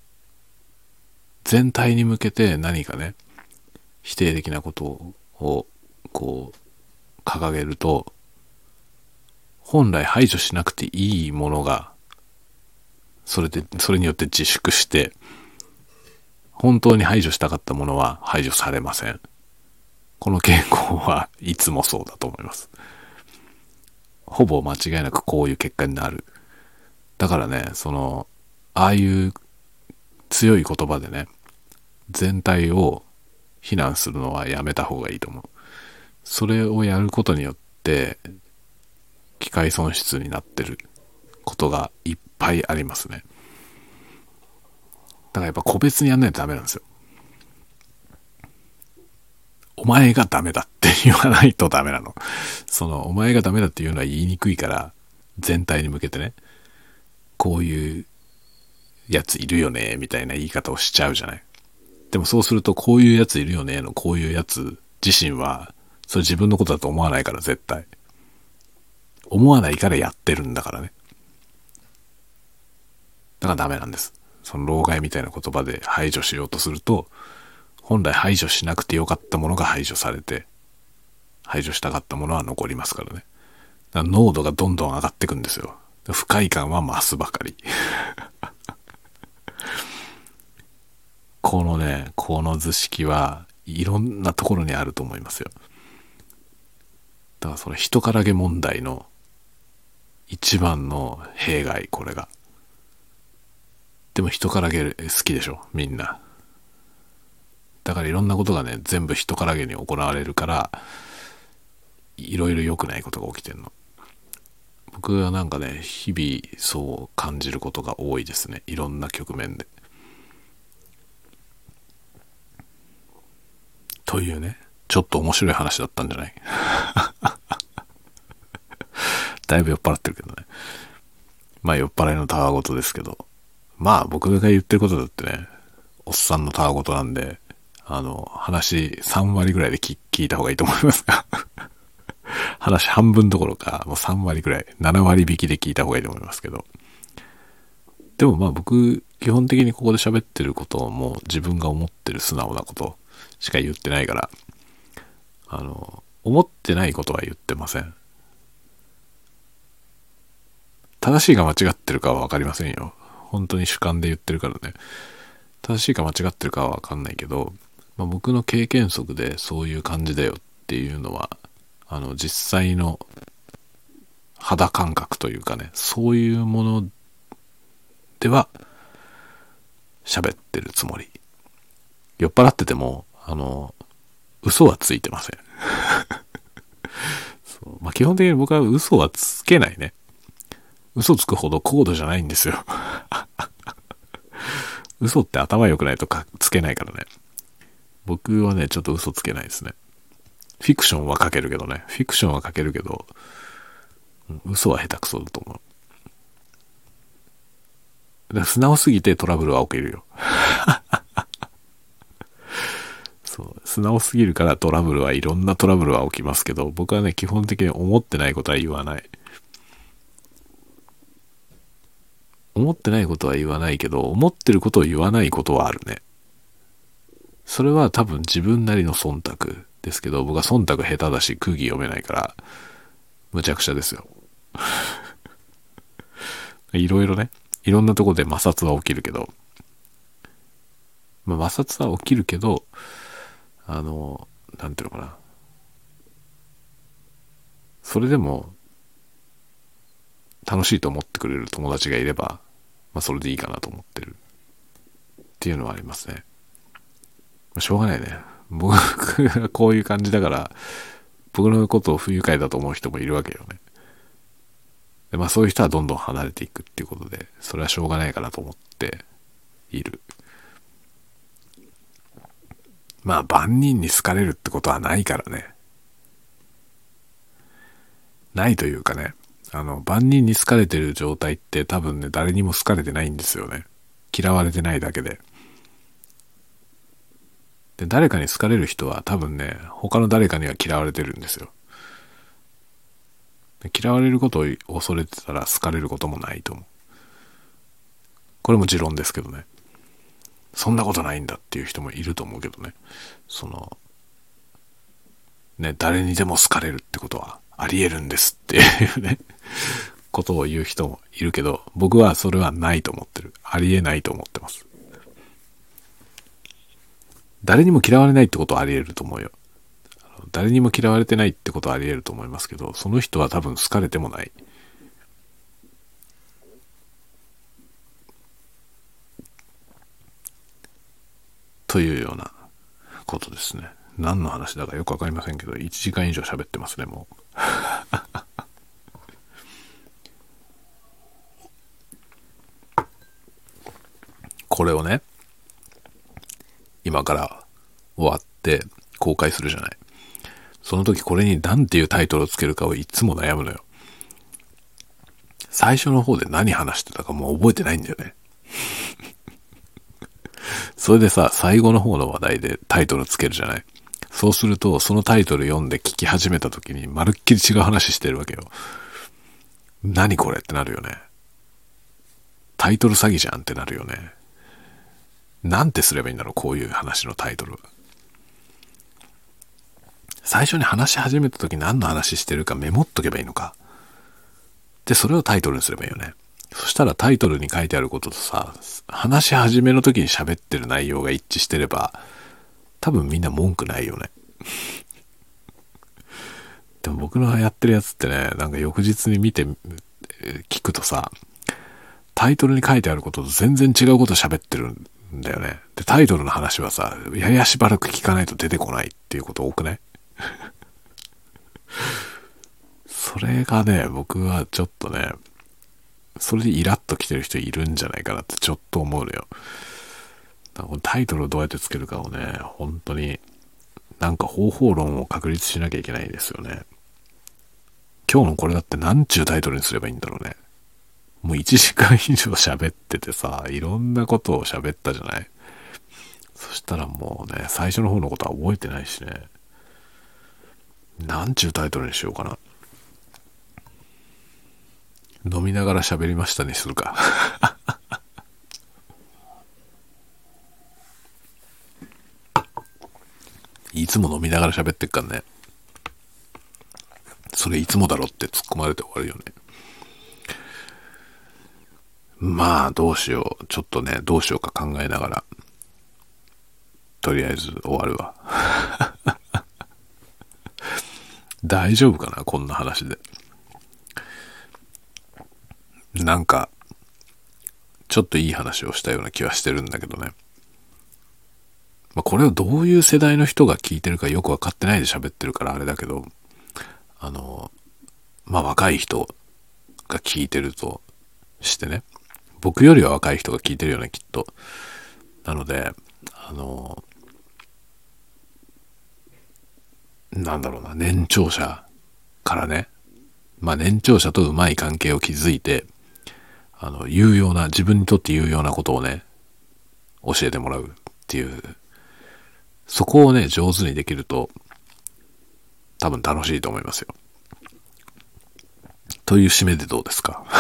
全体に向けて何かね否定的なことをこう掲げると、本来排除しなくていいものがそれでそれによって自粛して、本当に排除したかったものは排除されません。この傾向はいつもそうだと思います。ほぼ間違いなくこういう結果になる。だからね、そのああいう強い言葉でね全体を非難するのはやめた方がいいと思う。それをやることによって機械損失になってることがいっぱいありますね。だからやっぱ個別にやんないとダメなんですよ。お前がダメだって言わないとダメなの。そのお前がダメだっていうのは言いにくいから、全体に向けてね、こういうやついるよねみたいな言い方をしちゃうじゃない。でもそうすると、こういうやついるよねのこういうやつ自身はそれ自分のことだと思わないから、絶対思わないからやってるんだからね。だからダメなんです。その老害みたいな言葉で排除しようとすると、本来排除しなくてよかったものが排除されて、排除したかったものは残りますからね。だから濃度がどんどん上がっていくんですよ。不快感は増すばかりこのね、この図式はいろんなところにあると思いますよ。だからその人からげ問題の一番の弊害、これが。でも人からげ好きでしょ、みんな。だからいろんなことがね、全部人からげに行われるから、いろいろ良くないことが起きてんの。僕はなんかね、日々そう感じることが多いですね。いろんな局面で。というね、ちょっと面白い話だったんじゃないだいぶ酔っ払ってるけどね。まあ酔っ払いのたわごとですけど、まあ僕が言ってることだってね、おっさんのたわごとなんで、あの話さん割ぐらいで 聞, 聞いた方がいいと思いますが話半分どころかもうさん割ぐらい、なな割引きで聞いた方がいいと思いますけど、でもまあ僕基本的にここで喋ってることも自分が思ってる素直なことしか言ってないから、あの思ってないことは言ってません。正しいか間違ってるかは分かりませんよ。本当に主観で言ってるからね。正しいか間違ってるかは分かんないけど、まあ、僕の経験則でそういう感じだよっていうのは、あの実際の肌感覚というかね、そういうものでは喋ってるつもり。酔っ払っててもあの嘘はついてませんそう、まあ、基本的に僕は嘘はつけないね。嘘つくほど高度じゃないんですよ嘘って頭良くないとかつけないからね。僕はねちょっと嘘つけないですね。フィクションは書けるけどね。フィクションは書けるけど、嘘は下手くそだと思う。だから素直すぎてトラブルは起きるよそう素直すぎるからトラブルはいろんなトラブルは起きますけど、僕はね基本的に思ってないことは言わない。思ってないことは言わないけど、思ってることを言わないことはあるね。それは多分自分なりの忖度ですけど、僕は忖度下手だし空気読めないからむちゃくちゃですよいろいろね、いろんなとこで摩擦は起きるけど、まあ、摩擦は起きるけど、あのなんていうのかな、それでも楽しいと思ってくれる友達がいれば、まあ、それでいいかなと思ってるっていうのはありますね。まあ、しょうがないね。僕がこういう感じだから僕のことを不愉快だと思う人もいるわけよね。で、まあそういう人はどんどん離れていくっていうことで、それはしょうがないかなと思っている。まあ万人に好かれるってことはないからね。 ないというかね、あの、万人に好かれてる状態って多分ね、誰にも好かれてないんですよね。嫌われてないだけで。で、誰かに好かれる人は多分ね、他の誰かには嫌われてるんですよ。嫌われることを恐れてたら好かれることもないと思う。これも持論ですけどね。そんなことないんだっていう人もいると思うけどね。その、ね、誰にでも好かれるってことはあり得るんですっていうね、ことを言う人もいるけど、僕はそれはないと思ってる。あり得ないと思ってます。誰にも嫌われないってことはあり得ると思うよ。誰にも嫌われてないってことはあり得ると思いますけど、その人は多分好かれてもない。というようなことですね。何の話だかよくわかりませんけど、いちじかん以上喋ってますね、もう。これをね、今から終わって公開するじゃない。その時これに何ていうタイトルをつけるかをいつも悩むのよ。最初の方で何話してたかもう覚えてないんだよね。それでさ、最後の方の話題でタイトルつけるじゃない。そうすると、そのタイトル読んで聞き始めた時にまるっきり違う話してるわけよ。何これってなるよね。タイトル詐欺じゃんってなるよね。なんてすればいいんだろう、こういう話のタイトル。最初に話し始めた時何の話してるかメモっとけばいいのか。で、それをタイトルにすればいいよね。そしたらタイトルに書いてあることとさ、話し始めの時に喋ってる内容が一致してれば、多分みんな文句ないよね。でも僕のやってるやつってね、なんか翌日に見て聞くとさ、タイトルに書いてあることと全然違うこと喋ってるんだよね。で、タイトルの話はさ、ややしばらく聞かないと出てこないっていうこと多くない？それがね、僕はちょっとね、それでイラッと来てる人いるんじゃないかなってちょっと思うのよ。タイトルをどうやってつけるかをね、本当になんか方法論を確立しなきゃいけないんですよね。今日のこれだって何ちゅうタイトルにすればいいんだろうね。もういちじかん以上喋っててさ、いろんなことを喋ったじゃない。そしたらもうね、最初の方のことは覚えてないしね。なんちゅうタイトルにしようかな。飲みながら喋りましたにするか。いつも飲みながら喋ってっからね。それいつもだろって突っ込まれて終わるよね。まあどうしよう。ちょっとね、どうしようか考えながら、とりあえず終わるわ。大丈夫かな、こんな話で。なんか、ちょっといい話をしたような気はしてるんだけどね。まあ、これをどういう世代の人が聞いてるかよくわかってないで喋ってるからあれだけど、あの、まあ若い人が聞いてるとしてね。僕よりは若い人が聞いてるよね、きっと。なので、あの、なんだろうな、年長者からね、まあ年長者とうまい関係を築いて、あの、有用な、自分にとって有用なことをね、教えてもらうっていう、そこをね、上手にできると、多分楽しいと思いますよ。という締めでどうですか？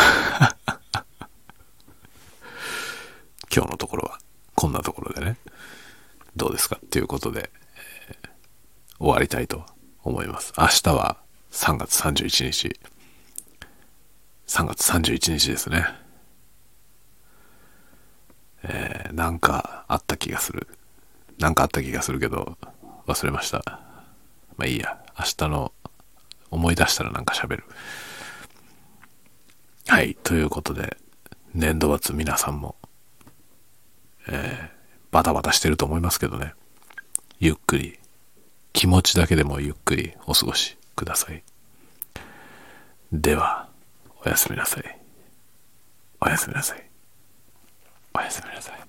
今日のところは、こんなところでね、どうですかっていうことで、えー終わりたいと思います。明日はさんがつさんじゅういちにち。さんがつさんじゅういちにちですね。えー、なんかあった気がする。なんかあった気がするけど、忘れました。まあいいや。明日の思い出したらなんか喋る。はい。ということで、年度末皆さんも、えー、バタバタしてると思いますけどね。ゆっくり、気持ちだけでもゆっくりお過ごしください。では、おやすみなさい。おやすみなさい。おやすみなさい。